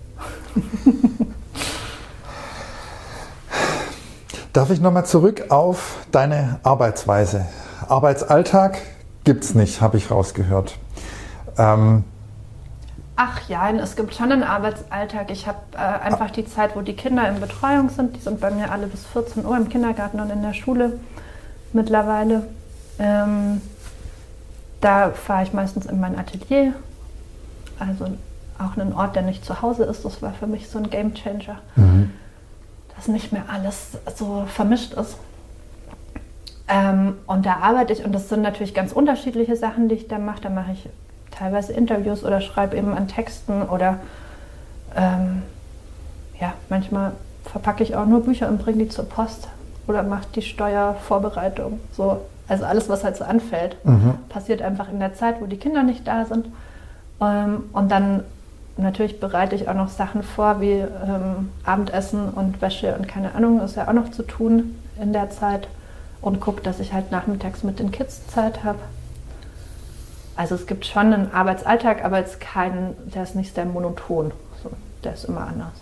Darf ich nochmal zurück auf deine Arbeitsweise? Arbeitsalltag gibt's nicht, habe ich rausgehört. Ähm Ach ja, es gibt schon einen Arbeitsalltag. Ich habe äh, einfach die Zeit, wo die Kinder in Betreuung sind. Die sind bei mir alle bis vierzehn Uhr im Kindergarten und in der Schule mittlerweile. Ähm, da fahre ich meistens in mein Atelier. Also auch einen Ort, der nicht zu Hause ist. Das war für mich so ein Gamechanger. Mhm. Dass nicht mehr alles so vermischt ist. Ähm, und da arbeite ich, und das sind natürlich ganz unterschiedliche Sachen, die ich da mache. Da mache ich teilweise Interviews oder schreibe eben an Texten oder ähm, ja, manchmal verpacke ich auch nur Bücher und bringe die zur Post oder mache die Steuervorbereitung. So. Also alles, was halt so anfällt, mhm. passiert einfach in der Zeit, wo die Kinder nicht da sind. Ähm, und dann natürlich bereite ich auch noch Sachen vor, wie ähm, Abendessen und Wäsche und keine Ahnung, ist ja auch noch zu tun in der Zeit. Und gucke, dass ich halt nachmittags mit den Kids Zeit habe. Also es gibt schon einen Arbeitsalltag, aber jetzt keinen, der ist nicht sehr monoton. So, der ist immer anders.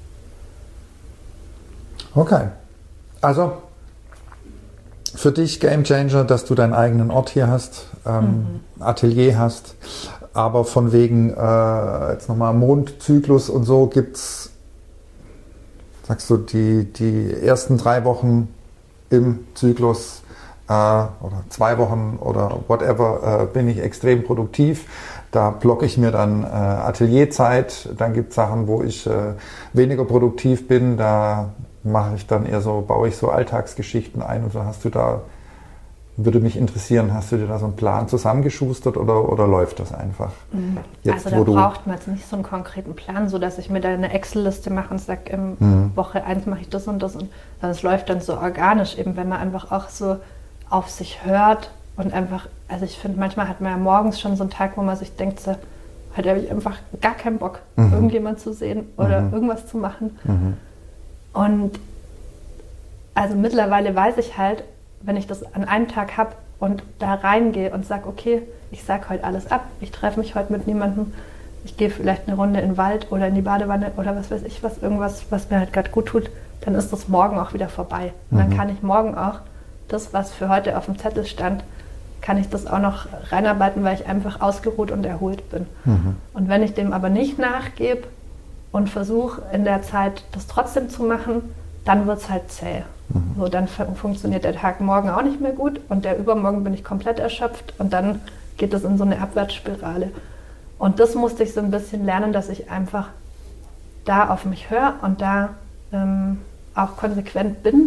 Okay. Also für dich Gamechanger, dass du deinen eigenen Ort hier hast, ähm, mhm. Atelier hast, aber von wegen äh, jetzt nochmal Mondzyklus und so gibt's, sagst du, die, die ersten drei Wochen im Zyklus äh, oder zwei Wochen oder whatever äh, bin ich extrem produktiv. Da blocke ich mir dann äh, Atelierzeit. Dann gibt es Sachen, wo ich äh, weniger produktiv bin. Da mache ich dann eher so, baue ich so Alltagsgeschichten ein. Und so hast du da, würde mich interessieren, hast du dir da so einen Plan zusammengeschustert oder, oder läuft das einfach? Mhm. Jetzt, also da braucht man jetzt nicht so einen konkreten Plan, so dass ich mir da eine Excel-Liste mache und sage, in mhm. Woche eins mache ich das und das. Und es läuft dann so organisch, eben wenn man einfach auch so auf sich hört und einfach, also ich finde, manchmal hat man ja morgens schon so einen Tag, wo man sich denkt, so, heute habe ich einfach gar keinen Bock, mhm. irgendjemand zu sehen oder mhm. irgendwas zu machen. Mhm. Und also mittlerweile weiß ich halt, wenn ich das an einem Tag habe und da reingehe und sage, okay, ich sage heute alles ab, ich treffe mich heute mit niemandem, ich gehe vielleicht eine Runde in den Wald oder in die Badewanne oder was weiß ich was, irgendwas, was mir halt gerade gut tut, dann ist das morgen auch wieder vorbei. Und dann mhm. kann ich morgen auch das, was für heute auf dem Zettel stand, kann ich das auch noch reinarbeiten, weil ich einfach ausgeruht und erholt bin. Mhm. Und wenn ich dem aber nicht nachgebe und versuche in der Zeit das trotzdem zu machen, dann wird es halt zäh. Mhm. So, dann f- funktioniert der Tag morgen auch nicht mehr gut und der übermorgen bin ich komplett erschöpft und dann geht es in so eine Abwärtsspirale. Und das musste ich so ein bisschen lernen, dass ich einfach da auf mich höre und da ähm, auch konsequent bin.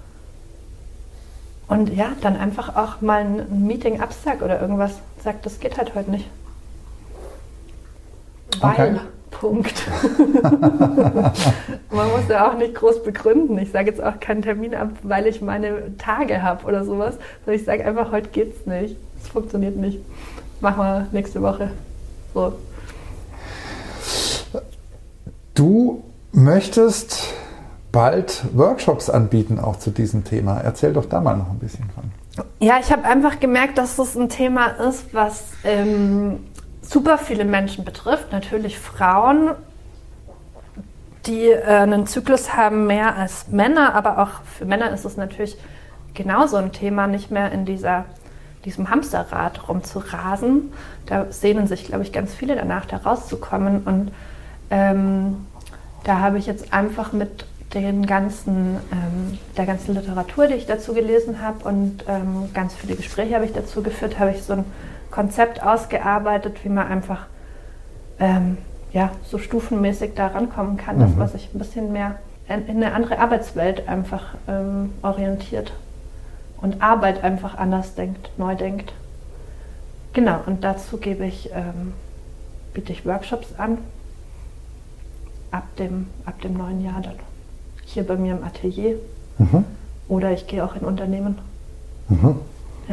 Und ja, dann einfach auch mal ein Meeting absag oder irgendwas sagt, das geht halt heute nicht. Weil, okay. Punkt. Man muss ja auch nicht groß begründen. Ich sage jetzt auch keinen Termin ab, weil ich meine Tage habe oder sowas. Sondern ich sage einfach, heute geht's nicht. Es funktioniert nicht. Machen wir nächste Woche. So. Du möchtest bald Workshops anbieten, auch zu diesem Thema. Erzähl doch da mal noch ein bisschen von. Ja, ich habe einfach gemerkt, dass das ein Thema ist, was ähm, super viele Menschen betrifft. Natürlich Frauen, die äh, einen Zyklus haben, mehr als Männer. Aber auch für Männer ist es natürlich genauso ein Thema, nicht mehr in dieser, diesem Hamsterrad rumzurasen. Da sehnen sich, glaube ich, ganz viele danach, da rauszukommen. Und ähm, da habe ich jetzt einfach mit den ganzen, ähm, der ganzen Literatur, die ich dazu gelesen habe und ähm, ganz viele Gespräche habe ich dazu geführt, habe ich so ein Konzept ausgearbeitet, wie man einfach ähm, ja, so stufenmäßig da rankommen kann, mhm. dass man sich ein bisschen mehr in, in eine andere Arbeitswelt einfach ähm, orientiert und Arbeit einfach anders denkt, neu denkt. Genau, und dazu gebe ich, ähm, biete ich Workshops an, ab dem, ab dem neuen Jahr dann. Hier bei mir im Atelier mhm. oder ich gehe auch in Unternehmen. Mhm. Ja.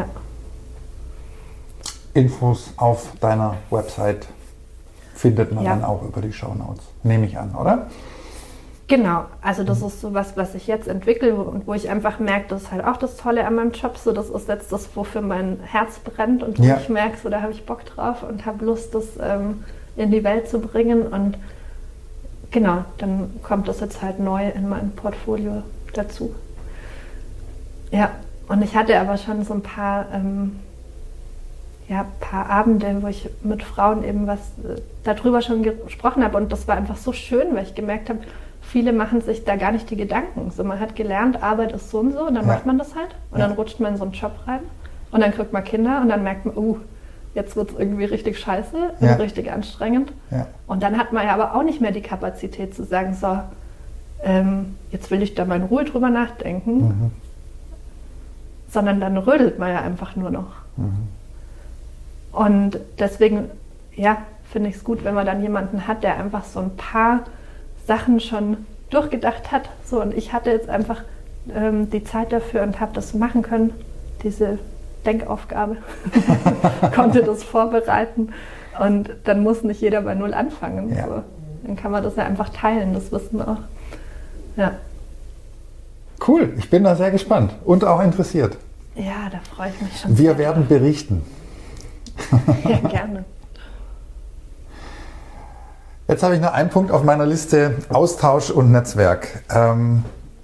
Infos auf deiner Website findet man ja. dann auch über die Shownotes, nehme ich an, oder? Genau, also das ist so was, was ich jetzt entwickle und wo ich einfach merke, das ist halt auch das Tolle an meinem Job, so das ist jetzt das, wofür mein Herz brennt und wo ja. ich merke, so da habe ich Bock drauf und habe Lust, das ähm, in die Welt zu bringen und genau, dann kommt das jetzt halt neu in mein Portfolio dazu. Ja, und ich hatte aber schon so ein paar, ähm, ja, paar Abende, wo ich mit Frauen eben was äh, darüber schon gesprochen habe und das war einfach so schön, weil ich gemerkt habe, viele machen sich da gar nicht die Gedanken. So, man hat gelernt, Arbeit ist so und so und dann ja. macht man das halt und ja. dann rutscht man in so einen Job rein und dann kriegt man Kinder und dann merkt man, uh, jetzt wird es irgendwie richtig scheiße ja. und richtig anstrengend. Ja. Und dann hat man ja aber auch nicht mehr die Kapazität zu sagen, so, ähm, jetzt will ich da mal in Ruhe drüber nachdenken, mhm. sondern dann rödelt man ja einfach nur noch. Mhm. Und deswegen, ja, finde ich es gut, wenn man dann jemanden hat, der einfach so ein paar Sachen schon durchgedacht hat. So, und ich hatte jetzt einfach ähm, die Zeit dafür und habe das machen können, diese Denkaufgabe, konnte das vorbereiten und dann muss nicht jeder bei Null anfangen. Ja. So. Dann kann man das ja einfach teilen, das Wissen auch. Ja. Cool, ich bin da sehr gespannt und auch interessiert. Ja, da freue ich mich schon. Wir sehr werden drauf. berichten. Ja, gerne. Jetzt habe ich noch einen Punkt auf meiner Liste, Austausch und Netzwerk. Ähm,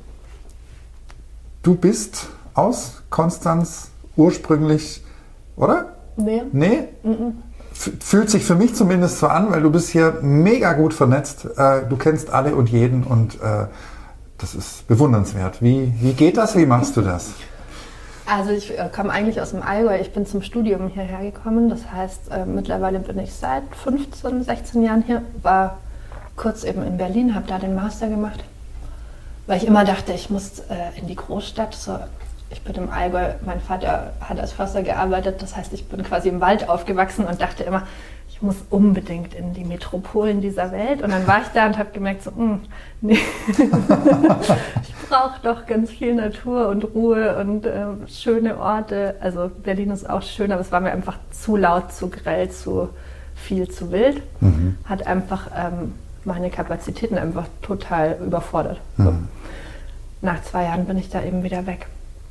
du bist aus Konstanz ursprünglich, oder? Nee. Nee? Mhm. Fühlt sich für mich zumindest so an, weil du bist hier mega gut vernetzt. Äh, du kennst alle und jeden und äh, das ist bewundernswert. Wie, wie geht das? Wie machst du das? Also ich äh, komme eigentlich aus dem Allgäu. Ich bin zum Studium hierher gekommen. Das heißt, äh, mittlerweile bin ich seit fünfzehn, sechzehn Jahren hier. War kurz eben in Berlin, habe da den Master gemacht. Weil ich immer dachte, ich muss äh, in die Großstadt. So, ich bin im Allgäu, mein Vater hat als Förster gearbeitet. Das heißt, ich bin quasi im Wald aufgewachsen und dachte immer, ich muss unbedingt in die Metropolen dieser Welt. Und dann war ich da und habe gemerkt, so, mh, nee, ich brauche doch ganz viel Natur und Ruhe und äh, schöne Orte. Also Berlin ist auch schön, aber es war mir einfach zu laut, zu grell, zu viel, zu wild. Mhm. Hat einfach ähm, meine Kapazitäten einfach total überfordert. So. Mhm. nach zwei Jahren bin ich da eben wieder weg.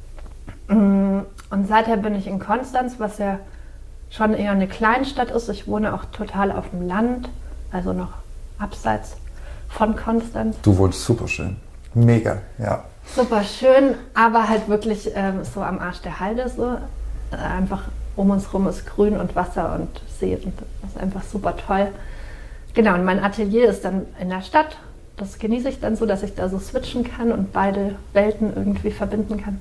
Und seither bin ich in Konstanz, was ja schon eher eine Kleinstadt ist. Ich wohne auch total auf dem Land, also noch abseits von Konstanz. Du wohnst super schön. Mega, ja. Super schön, aber halt wirklich ähm, so am Arsch der Halde so. Einfach um uns rum ist Grün und Wasser und See und das ist einfach super toll. Genau, und mein Atelier ist dann in der Stadt. Das genieße ich dann so, dass ich da so switchen kann und beide Welten irgendwie verbinden kann.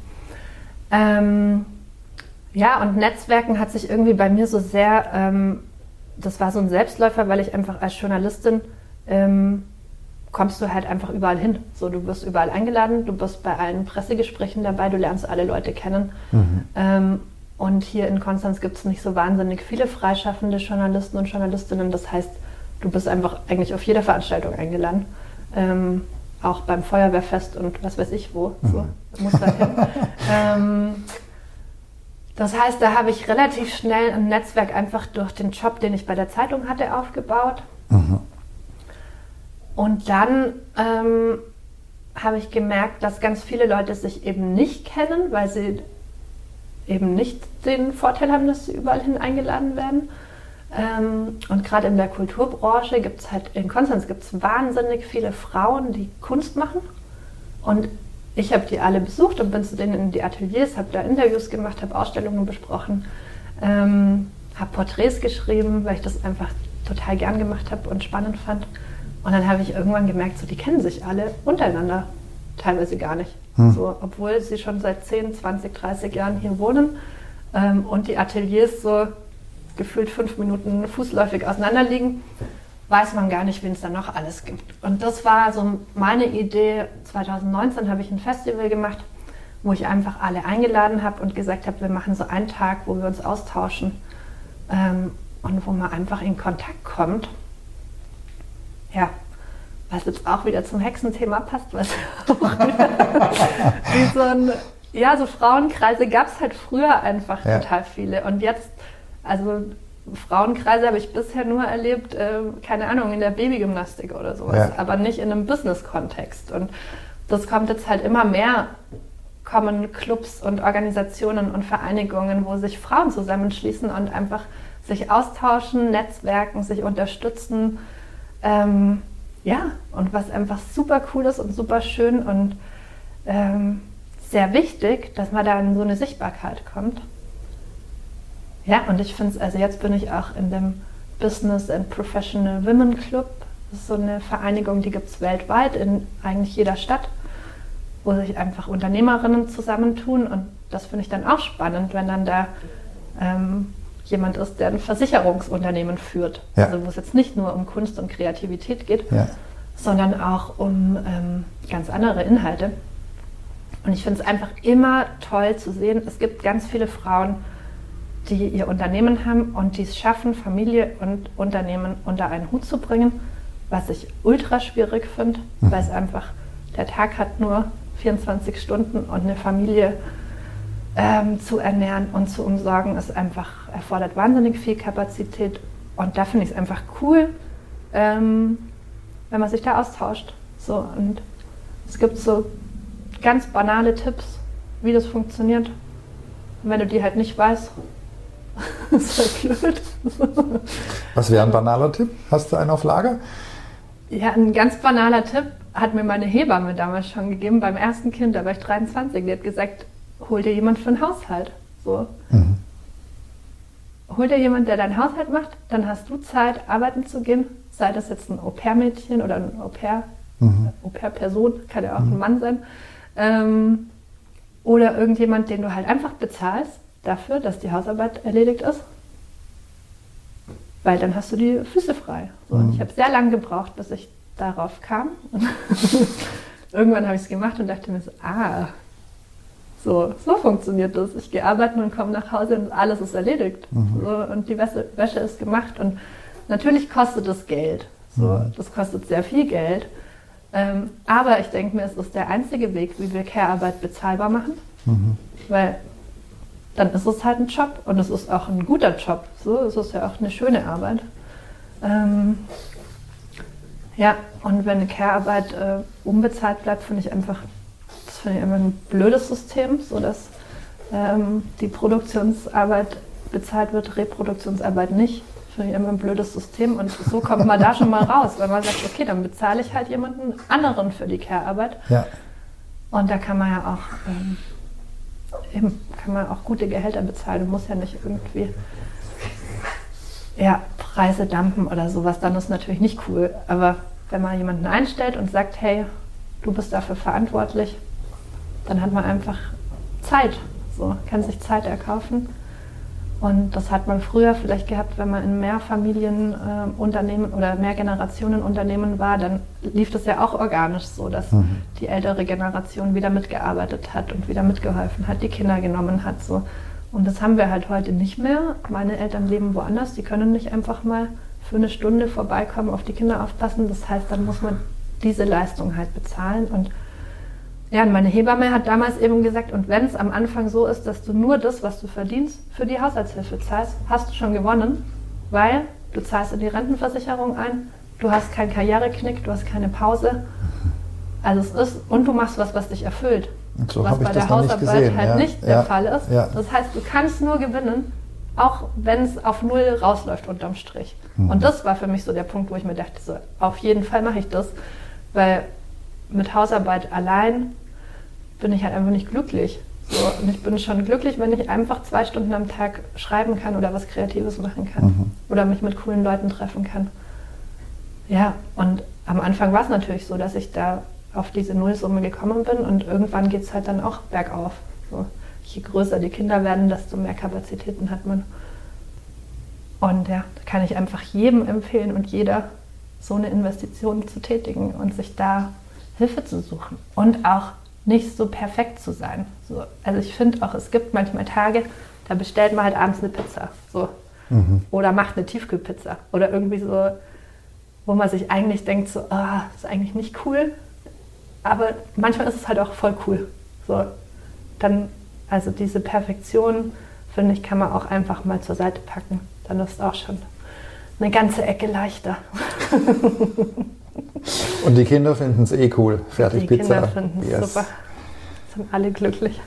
Ähm, ja, und Netzwerken hat sich irgendwie bei mir so sehr, ähm, das war so ein Selbstläufer, weil ich einfach als Journalistin ähm, kommst du halt einfach überall hin. So, du wirst überall eingeladen, du bist bei allen Pressegesprächen dabei, du lernst alle Leute kennen. Mhm. Ähm, und hier in Konstanz gibt es nicht so wahnsinnig viele freischaffende Journalisten und Journalistinnen. Das heißt, du bist einfach eigentlich auf jeder Veranstaltung eingeladen. Ähm, auch beim Feuerwehrfest und was weiß ich wo. So, mhm. muss da hin. ähm, das heißt, da habe ich relativ schnell ein Netzwerk einfach durch den Job, den ich bei der Zeitung hatte, aufgebaut. Mhm. Und dann ähm, habe ich gemerkt, dass ganz viele Leute sich eben nicht kennen, weil sie eben nicht den Vorteil haben, dass sie überall hin eingeladen werden. Ähm, und gerade in der Kulturbranche gibt es halt, in Konstanz gibt es wahnsinnig viele Frauen, die Kunst machen. Und ich habe die alle besucht und bin zu denen in die Ateliers, habe da Interviews gemacht, habe Ausstellungen besprochen, ähm, habe Porträts geschrieben, weil ich das einfach total gern gemacht habe und spannend fand. Und dann habe ich irgendwann gemerkt, so, die kennen sich alle untereinander teilweise gar nicht. Hm. So, obwohl sie schon seit zehn, zwanzig, dreißig Jahren hier wohnen ähm, und die Ateliers so gefühlt fünf Minuten fußläufig auseinander liegen, weiß man gar nicht, wen es da noch alles gibt. Und das war so meine Idee. zwanzig neunzehn habe ich ein Festival gemacht, wo ich einfach alle eingeladen habe und gesagt habe, wir machen so einen Tag, wo wir uns austauschen ähm, und wo man einfach in Kontakt kommt. Ja, was jetzt auch wieder zum Hexenthema passt, was auch wie so ein, ja, so Frauenkreise gab es halt früher einfach ja. total viele. Und jetzt, also Frauenkreise habe ich bisher nur erlebt, äh, keine Ahnung, in der Babygymnastik oder sowas, ja. aber nicht in einem Business-Kontext. Und das kommt jetzt halt immer mehr, kommen Clubs und Organisationen und Vereinigungen, wo sich Frauen zusammenschließen und einfach sich austauschen, netzwerken, sich unterstützen. Ähm, ja, und was einfach super cool ist und super schön und ähm, sehr wichtig, dass man da in so eine Sichtbarkeit kommt. Ja, und ich finde es, also jetzt bin ich auch in dem Business and Professional Women Club. Das ist so eine Vereinigung, die gibt es weltweit in eigentlich jeder Stadt, wo sich einfach Unternehmerinnen zusammentun. Und das finde ich dann auch spannend, wenn dann da ähm, jemand ist, der ein Versicherungsunternehmen führt. Ja. Also wo es jetzt nicht nur um Kunst und Kreativität geht, ja. sondern auch um ähm, ganz andere Inhalte. Und ich finde es einfach immer toll zu sehen, es gibt ganz viele Frauen, die ihr Unternehmen haben und die es schaffen, Familie und Unternehmen unter einen Hut zu bringen, was ich ultra schwierig finde, mhm. weil es einfach, der Tag hat nur vierundzwanzig Stunden und eine Familie ähm, zu ernähren und zu umsorgen, ist einfach, erfordert wahnsinnig viel Kapazität. Und da finde ich es einfach cool, ähm, wenn man sich da austauscht. So, und es gibt so ganz banale Tipps, wie das funktioniert. Und wenn du die halt nicht weißt, ist halt blöd. Was wäre ein banaler Tipp? Hast du einen auf Lager? Ja, ein ganz banaler Tipp hat mir meine Hebamme damals schon gegeben, beim ersten Kind, da war ich dreiundzwanzig. Die hat gesagt, hol dir jemand für den Haushalt. So. Mhm. Hol dir jemand, der deinen Haushalt macht, dann hast du Zeit, arbeiten zu gehen. Sei das jetzt ein Au-pair-Mädchen oder ein Au-pair, mhm. Au-pair-Person, kann ja auch mhm. ein Mann sein. Ähm, oder irgendjemand, den du halt einfach bezahlst dafür, dass die Hausarbeit erledigt ist. Weil dann hast du die Füße frei. So, mhm. Und ich habe sehr lange gebraucht, bis ich darauf kam. Und irgendwann habe ich es gemacht und dachte mir so, ah, so, so funktioniert das. Ich gehe arbeiten und komme nach Hause und alles ist erledigt. Mhm. So, und die Wäsche, Wäsche ist gemacht. Und natürlich kostet es Geld. So, mhm. Das kostet sehr viel Geld. Ähm, aber ich denke mir, es ist der einzige Weg, wie wir Care-Arbeit bezahlbar machen. Mhm. Weil dann ist es halt ein Job und es ist auch ein guter Job. So, es ist ja auch eine schöne Arbeit. Ähm, ja, und wenn eine Care-Arbeit äh, unbezahlt bleibt, finde ich einfach, das finde ich immer ein blödes System, so dass ähm, die Produktionsarbeit bezahlt wird, Reproduktionsarbeit nicht. Finde ich immer ein blödes System und so kommt man da schon mal raus, weil man sagt, okay, dann bezahle ich halt jemanden anderen für die Care-Arbeit. Ja. Und da kann man ja auch, ähm, eben, kann man auch gute Gehälter bezahlen. Du musst ja nicht irgendwie ja, Preise dumpen oder sowas, dann ist natürlich nicht cool. Aber wenn man jemanden einstellt und sagt, hey, du bist dafür verantwortlich, dann hat man einfach Zeit, so, kann sich Zeit erkaufen. Und das hat man früher vielleicht gehabt, wenn man in Mehrfamilienunternehmen äh, oder Mehrgenerationenunternehmen war, dann lief das ja auch organisch so, dass mhm. die ältere Generation wieder mitgearbeitet hat und wieder mitgeholfen hat, die Kinder genommen hat. So. Und das haben wir halt heute nicht mehr. Meine Eltern leben woanders, die können nicht einfach mal für eine Stunde vorbeikommen, auf die Kinder aufpassen. Das heißt, dann muss man diese Leistung halt bezahlen. Und ja, und meine Hebamme hat damals eben gesagt, und wenn es am Anfang so ist, dass du nur das, was du verdienst, für die Haushaltshilfe zahlst, hast du schon gewonnen, weil du zahlst in die Rentenversicherung ein, du hast keinen Karriereknick, du hast keine Pause. Also es ist, und du machst was, was dich erfüllt. So was bei der Hausarbeit nicht halt ja, nicht der ja, Fall ist. Ja. Das heißt, du kannst nur gewinnen, auch wenn es auf Null rausläuft unterm Strich. Mhm. Und das war für mich so der Punkt, wo ich mir dachte, so, auf jeden Fall mache ich das, weil mit Hausarbeit allein bin ich halt einfach nicht glücklich. So, und ich bin schon glücklich, wenn ich einfach zwei Stunden am Tag schreiben kann oder was Kreatives machen kann. Mhm. Oder mich mit coolen Leuten treffen kann. Ja, und am Anfang war es natürlich so, dass ich da auf diese Nullsumme gekommen bin und irgendwann geht es halt dann auch bergauf. So, je größer die Kinder werden, desto mehr Kapazitäten hat man. Und ja, da kann ich einfach jedem empfehlen und jeder, so eine Investition zu tätigen und sich da Hilfe zu suchen. Und auch nicht so perfekt zu sein. So, also ich finde auch, es gibt manchmal Tage, da bestellt man halt abends eine Pizza. So. Mhm. Oder macht eine Tiefkühlpizza. Oder irgendwie so, wo man sich eigentlich denkt, so, ah, oh, ist eigentlich nicht cool. Aber manchmal ist es halt auch voll cool. So, dann, also diese Perfektion, finde ich, kann man auch einfach mal zur Seite packen. Dann ist es auch schon eine ganze Ecke leichter. Und die Kinder finden es eh cool. Fertig die Pizza. Die Kinder finden es yes. super. Sind alle glücklich.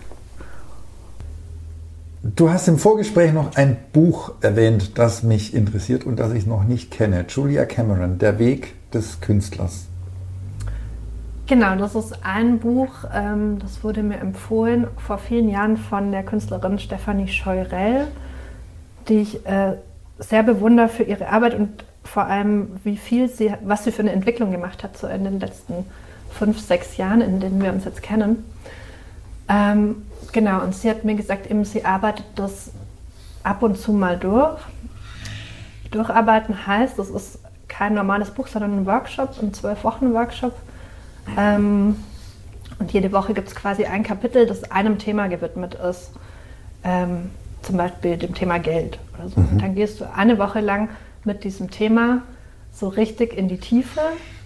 Du hast im Vorgespräch noch ein Buch erwähnt, das mich interessiert und das ich noch nicht kenne. Julia Cameron, Der Weg des Künstlers. Genau, das ist ein Buch, ähm, das wurde mir empfohlen vor vielen Jahren von der Künstlerin Stefanie Scheurell, die ich äh, sehr bewundere für ihre Arbeit und vor allem, wie viel sie, was sie für eine Entwicklung gemacht hat so in den letzten fünf, sechs Jahren, in denen wir uns jetzt kennen. Ähm, genau, und sie hat mir gesagt, eben, sie arbeitet das ab und zu mal durch. Durcharbeiten heißt, das ist kein normales Buch, sondern ein Workshop, ein zwölf-Wochen-Workshop. Ähm, und jede Woche gibt es quasi ein Kapitel, das einem Thema gewidmet ist. Ähm, zum Beispiel dem Thema Geld oder so. Mhm. Und dann gehst du eine Woche lang mit diesem Thema so richtig in die Tiefe.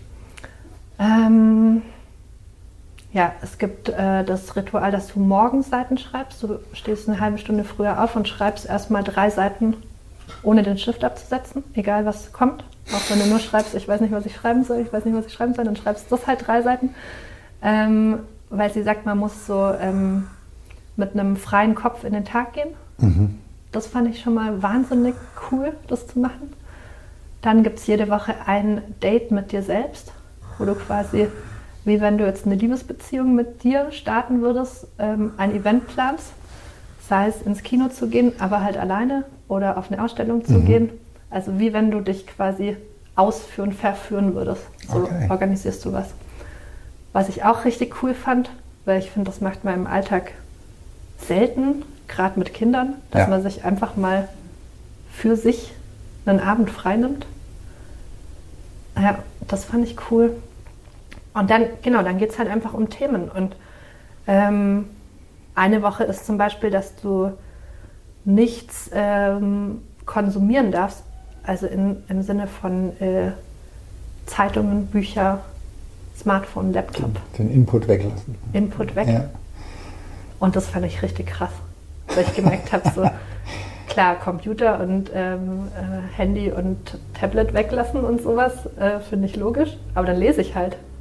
Ähm, ja, es gibt äh, das Ritual, dass du morgens Seiten schreibst. Du stehst eine halbe Stunde früher auf und schreibst erstmal drei Seiten, ohne den Stift abzusetzen, egal was kommt. Auch wenn du nur schreibst, ich weiß nicht, was ich schreiben soll, ich weiß nicht, was ich schreiben soll, dann schreibst du das halt drei Seiten. Ähm, weil sie sagt, man muss so ähm, mit einem freien Kopf in den Tag gehen. Mhm. Das fand ich schon mal wahnsinnig cool, das zu machen. Dann gibt es jede Woche ein Date mit dir selbst, wo du quasi, wie wenn du jetzt eine Liebesbeziehung mit dir starten würdest, ähm, ein Event planst. Sei es ins Kino zu gehen, aber halt alleine oder auf eine Ausstellung zu mhm. gehen. Also wie wenn du dich quasi ausführen, verführen würdest. So okay. organisierst du was. Was ich auch richtig cool fand, weil ich finde, das macht man im Alltag selten, gerade mit Kindern, dass ja. man sich einfach mal für sich einen Abend freinimmt. Ja, das fand ich cool. Und dann, genau, dann geht es halt einfach um Themen. Und ähm, eine Woche ist zum Beispiel, dass du nichts ähm, konsumieren darfst, also in, im Sinne von äh, Zeitungen, Bücher, Smartphone, Laptop. Den, den Input weglassen. Input weg. Ja. Und das fand ich richtig krass, weil ich gemerkt habe, so klar, Computer und ähm, äh, Handy und Tablet weglassen und sowas, äh, finde ich logisch, aber dann lese ich halt.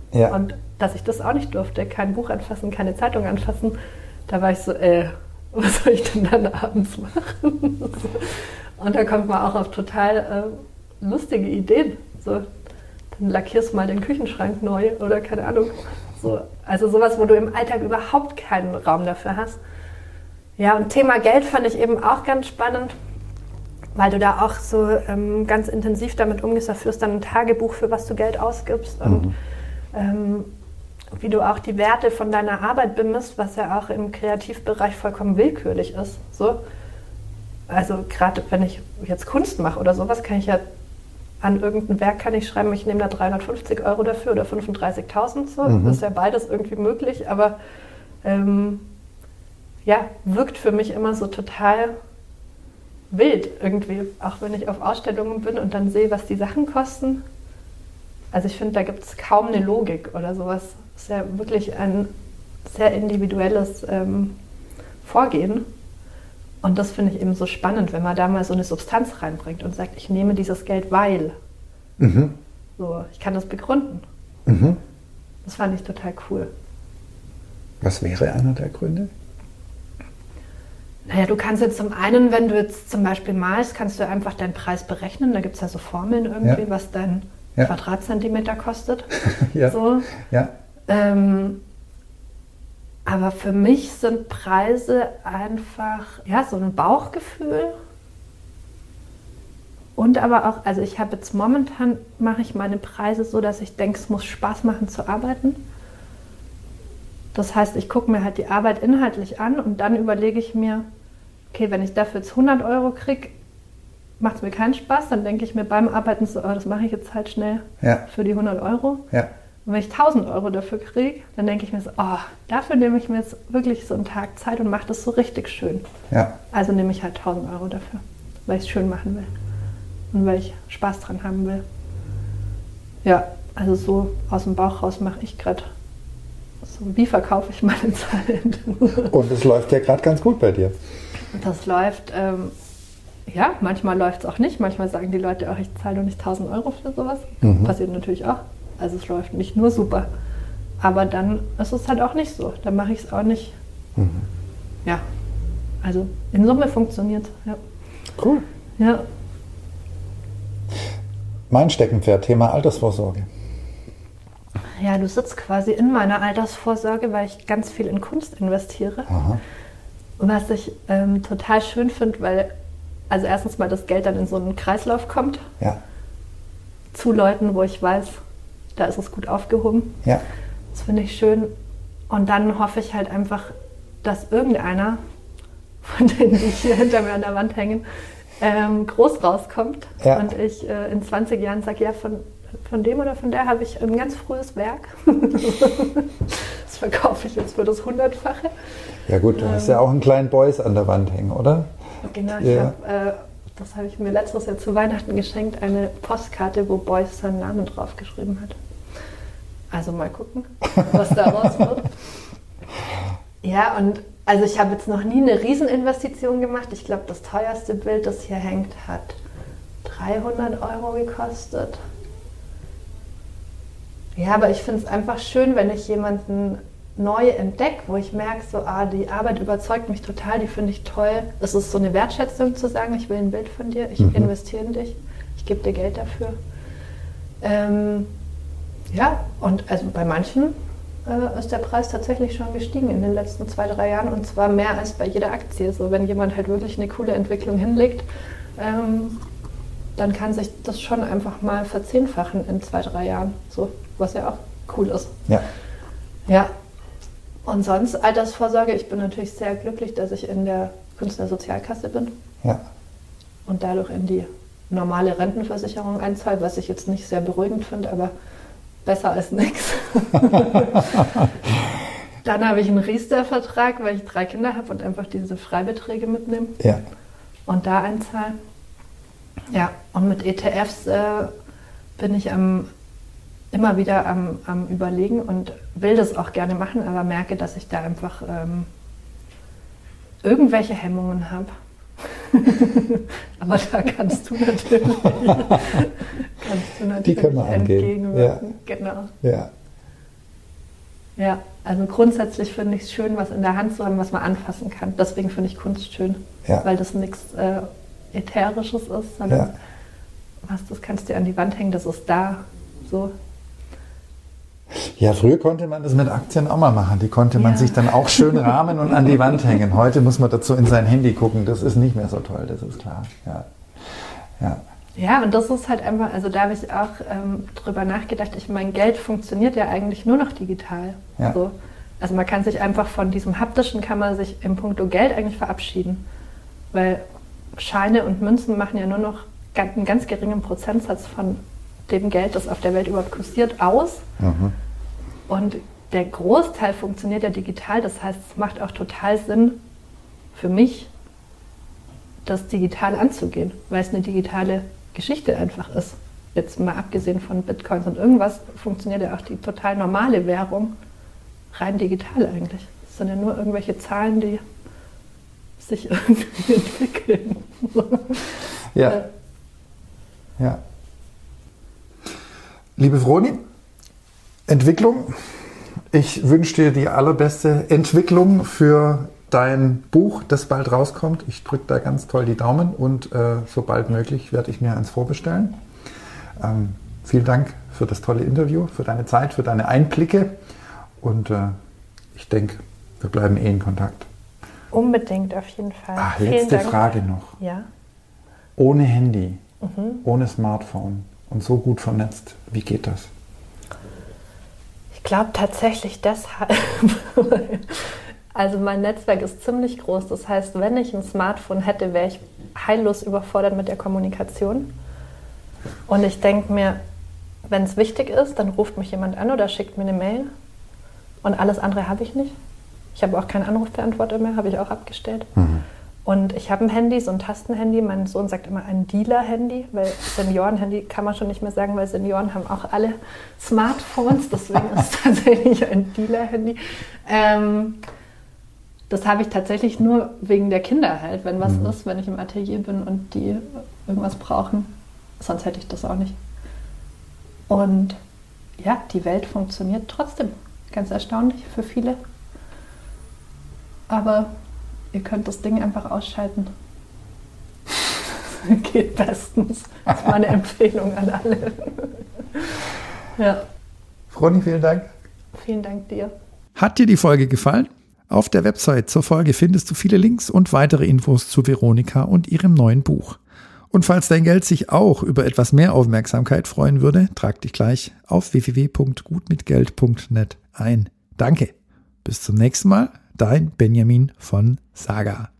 Ja. Und dass ich das auch nicht durfte, kein Buch anfassen, keine Zeitung anfassen, da war ich so, äh, was soll ich denn dann abends machen? Und da kommt man auch auf total äh, lustige Ideen. So, dann lackierst du mal den Küchenschrank neu oder keine Ahnung. So, also sowas, wo du im Alltag überhaupt keinen Raum dafür hast. Ja, und Thema Geld fand ich eben auch ganz spannend, weil du da auch so ähm, ganz intensiv damit umgehst. Da führst dann ein Tagebuch, für was du Geld ausgibst und Mhm. ähm, wie du auch die Werte von deiner Arbeit bemisst, was ja auch im Kreativbereich vollkommen willkürlich ist. So. Also gerade wenn ich jetzt Kunst mache oder sowas, kann ich ja an irgendein Werk kann ich schreiben, ich nehme da dreihundertfünfzig Euro dafür oder fünfunddreißigtausend. So. Mhm. Das ist ja beides irgendwie möglich, aber ähm, ja, wirkt für mich immer so total wild irgendwie, auch wenn ich auf Ausstellungen bin und dann sehe, was die Sachen kosten. Also ich finde, da gibt es kaum eine Logik oder sowas. Das ist ja wirklich ein sehr individuelles ähm, Vorgehen. Und das finde ich eben so spannend, wenn man da mal so eine Substanz reinbringt und sagt, ich nehme dieses Geld, weil. Mhm. So, ich kann das begründen. Mhm. Das fand ich total cool. Was wäre einer der Gründe? Naja, du kannst jetzt zum einen, wenn du jetzt zum Beispiel malst, kannst du einfach deinen Preis berechnen. Da gibt es ja so Formeln irgendwie, Ja. was dein Ja. Quadratzentimeter kostet. Ja. So. Ja. Ähm, aber für mich sind Preise einfach ja, so ein Bauchgefühl. Und aber auch, also ich habe jetzt momentan, mache ich meine Preise so, dass ich denke, es muss Spaß machen zu arbeiten. Das heißt, ich gucke mir halt die Arbeit inhaltlich an und dann überlege ich mir, okay, wenn ich dafür jetzt hundert Euro kriege, macht es mir keinen Spaß, dann denke ich mir beim Arbeiten so, oh, das mache ich jetzt halt schnell Ja. für die hundert Euro. Ja. Und wenn ich tausend Euro dafür kriege, dann denke ich mir so, oh, dafür nehme ich mir jetzt wirklich so einen Tag Zeit und mache das so richtig schön. Ja. Also nehme ich halt tausend Euro dafür, weil ich es schön machen will und weil ich Spaß dran haben will. Ja, also so aus dem Bauch raus mache ich gerade so, wie verkaufe ich meine Zeit. Und es läuft ja gerade ganz gut bei dir. Das läuft, ähm, ja, manchmal läuft es auch nicht. Manchmal sagen die Leute auch, ich zahle doch nicht tausend Euro für sowas. Mhm. Passiert natürlich auch. Also es läuft nicht nur super. Aber dann ist es halt auch nicht so. Dann mache ich es auch nicht. Mhm. Ja, also in Summe funktioniert es. Ja. Cool. Ja. Mein Steckenpferd, Thema Altersvorsorge. Ja, du sitzt quasi in meiner Altersvorsorge, weil ich ganz viel in Kunst investiere. Aha. Was ich ähm, total schön finde, weil also erstens mal das Geld dann in so einen Kreislauf kommt. Ja. Zu Leuten, wo ich weiß, da ist es gut aufgehoben. Ja. Das finde ich schön. Und dann hoffe ich halt einfach, dass irgendeiner von denen, die hier hinter mir an der Wand hängen, ähm, groß rauskommt. Ja. Und ich äh, in zwanzig Jahren sage, ja, von, von dem oder von der habe ich ein ganz frühes Werk. Das verkaufe ich jetzt für das Hundertfache. Ja gut, du Ähm. hast ja auch einen kleinen Boys an der Wand hängen, oder? Genau, ich Ja. hab, äh, das habe ich mir letztes Jahr zu Weihnachten geschenkt, eine Postkarte, wo Beuys seinen Namen draufgeschrieben hat. Also mal gucken, was daraus wird. Ja, und also ich habe jetzt noch nie eine Rieseninvestition gemacht. Ich glaube, das teuerste Bild, das hier hängt, hat dreihundert Euro gekostet. Ja, aber ich finde es einfach schön, wenn ich jemanden neu entdecke, wo ich merke, so, ah, die Arbeit überzeugt mich total, die finde ich toll. Es ist so eine Wertschätzung zu sagen, ich will ein Bild von dir, ich Mhm. investiere in dich, ich gebe dir Geld dafür. Ähm, ja, und also bei manchen äh, ist der Preis tatsächlich schon gestiegen in den letzten zwei, drei Jahren und zwar mehr als bei jeder Aktie. So, wenn jemand halt wirklich eine coole Entwicklung hinlegt, ähm, dann kann sich das schon einfach mal verzehnfachen in zwei, drei Jahren, so, was ja auch cool ist. Ja. Ja, und sonst Altersvorsorge, ich bin natürlich sehr glücklich, dass ich in der Künstlersozialkasse bin Ja. und dadurch in die normale Rentenversicherung einzahle, was ich jetzt nicht sehr beruhigend finde, aber besser als nichts. Dann habe ich einen Riester-Vertrag, weil ich drei Kinder habe und einfach diese Freibeträge mitnehme Ja. und da einzahle. Ja, und mit E T Fs äh, bin ich am, immer wieder am, am Überlegen und will das auch gerne machen, aber merke, dass ich da einfach ähm, irgendwelche Hemmungen habe. Aber da kannst du natürlich, kannst du natürlich Die können wir angehen. entgegenwirken. Genau. Ja. Ja, also grundsätzlich finde ich es schön, was in der Hand zu haben, was man anfassen kann. Deswegen finde ich Kunst schön, ja. Weil das nichts äh, Ätherisches ist, sondern ja. was, das kannst du an die Wand hängen, das ist da, so. Ja, früher konnte man das mit Aktien auch mal machen. Die konnte man ja. sich dann auch schön rahmen und an die Wand hängen. Heute muss man dazu in sein Handy gucken. Das ist nicht mehr so toll, das ist klar. Ja, ja. ja und das ist halt einfach, also da habe ich auch ähm, drüber nachgedacht, ich meine, Geld funktioniert ja eigentlich nur noch digital. Ja. So. Also man kann sich einfach von diesem haptischen, kann man sich im Puncto Geld eigentlich verabschieden. Weil Scheine und Münzen machen ja nur noch einen ganz geringen Prozentsatz von dem Geld, das auf der Welt überhaupt kursiert, aus. Mhm. Und der Großteil funktioniert ja digital. Das heißt, es macht auch total Sinn für mich, das digital anzugehen, weil es eine digitale Geschichte einfach ist. Jetzt mal abgesehen von Bitcoins und irgendwas, funktioniert ja auch die total normale Währung rein digital eigentlich. Es sind ja nur irgendwelche Zahlen, die sich irgendwie entwickeln. Ja. Äh, ja. Liebe Vroni, Entwicklung. Ich wünsche dir die allerbeste Entwicklung für dein Buch, das bald rauskommt. Ich drücke da ganz toll die Daumen und äh, sobald möglich werde ich mir eins vorbestellen. Ähm, vielen Dank für das tolle Interview, für deine Zeit, für deine Einblicke und äh, ich denke, wir bleiben eh in Kontakt. Unbedingt, auf jeden Fall. Ach, letzte Frage noch. Ja. Ohne Handy, mhm. ohne Smartphone und so gut vernetzt, wie geht das? Ich glaube tatsächlich deshalb, also mein Netzwerk ist ziemlich groß. Das heißt, wenn ich ein Smartphone hätte, wäre ich heillos überfordert mit der Kommunikation. Und ich denke mir, wenn es wichtig ist, dann ruft mich jemand an oder schickt mir eine Mail. Und alles andere habe ich nicht. Ich habe auch keinen Anrufbeantworter mehr, habe ich auch abgestellt. Mhm. Und ich habe ein Handy, so ein Tastenhandy. Mein Sohn sagt immer ein Dealer-Handy, weil Senioren-Handy kann man schon nicht mehr sagen, weil Senioren haben auch alle Smartphones. Deswegen ist es tatsächlich ein Dealer-Handy. Ähm, das habe ich tatsächlich nur wegen der Kinder halt, wenn was mhm. ist, wenn ich im Atelier bin und die irgendwas brauchen. Sonst hätte ich das auch nicht. Und ja, die Welt funktioniert trotzdem. Ganz erstaunlich für viele. Aber ihr könnt das Ding einfach ausschalten. Geht bestens. Das ist meine Empfehlung an alle. Ja. Vroni, vielen Dank. Vielen Dank dir. Hat dir die Folge gefallen? Auf der Website zur Folge findest du viele Links und weitere Infos zu Veronika und ihrem neuen Buch. Und falls dein Geld sich auch über etwas mehr Aufmerksamkeit freuen würde, trag dich gleich auf w w w punkt gutmitgeld punkt net ein. Danke. Bis zum nächsten Mal. Dein Benjamin von Saga.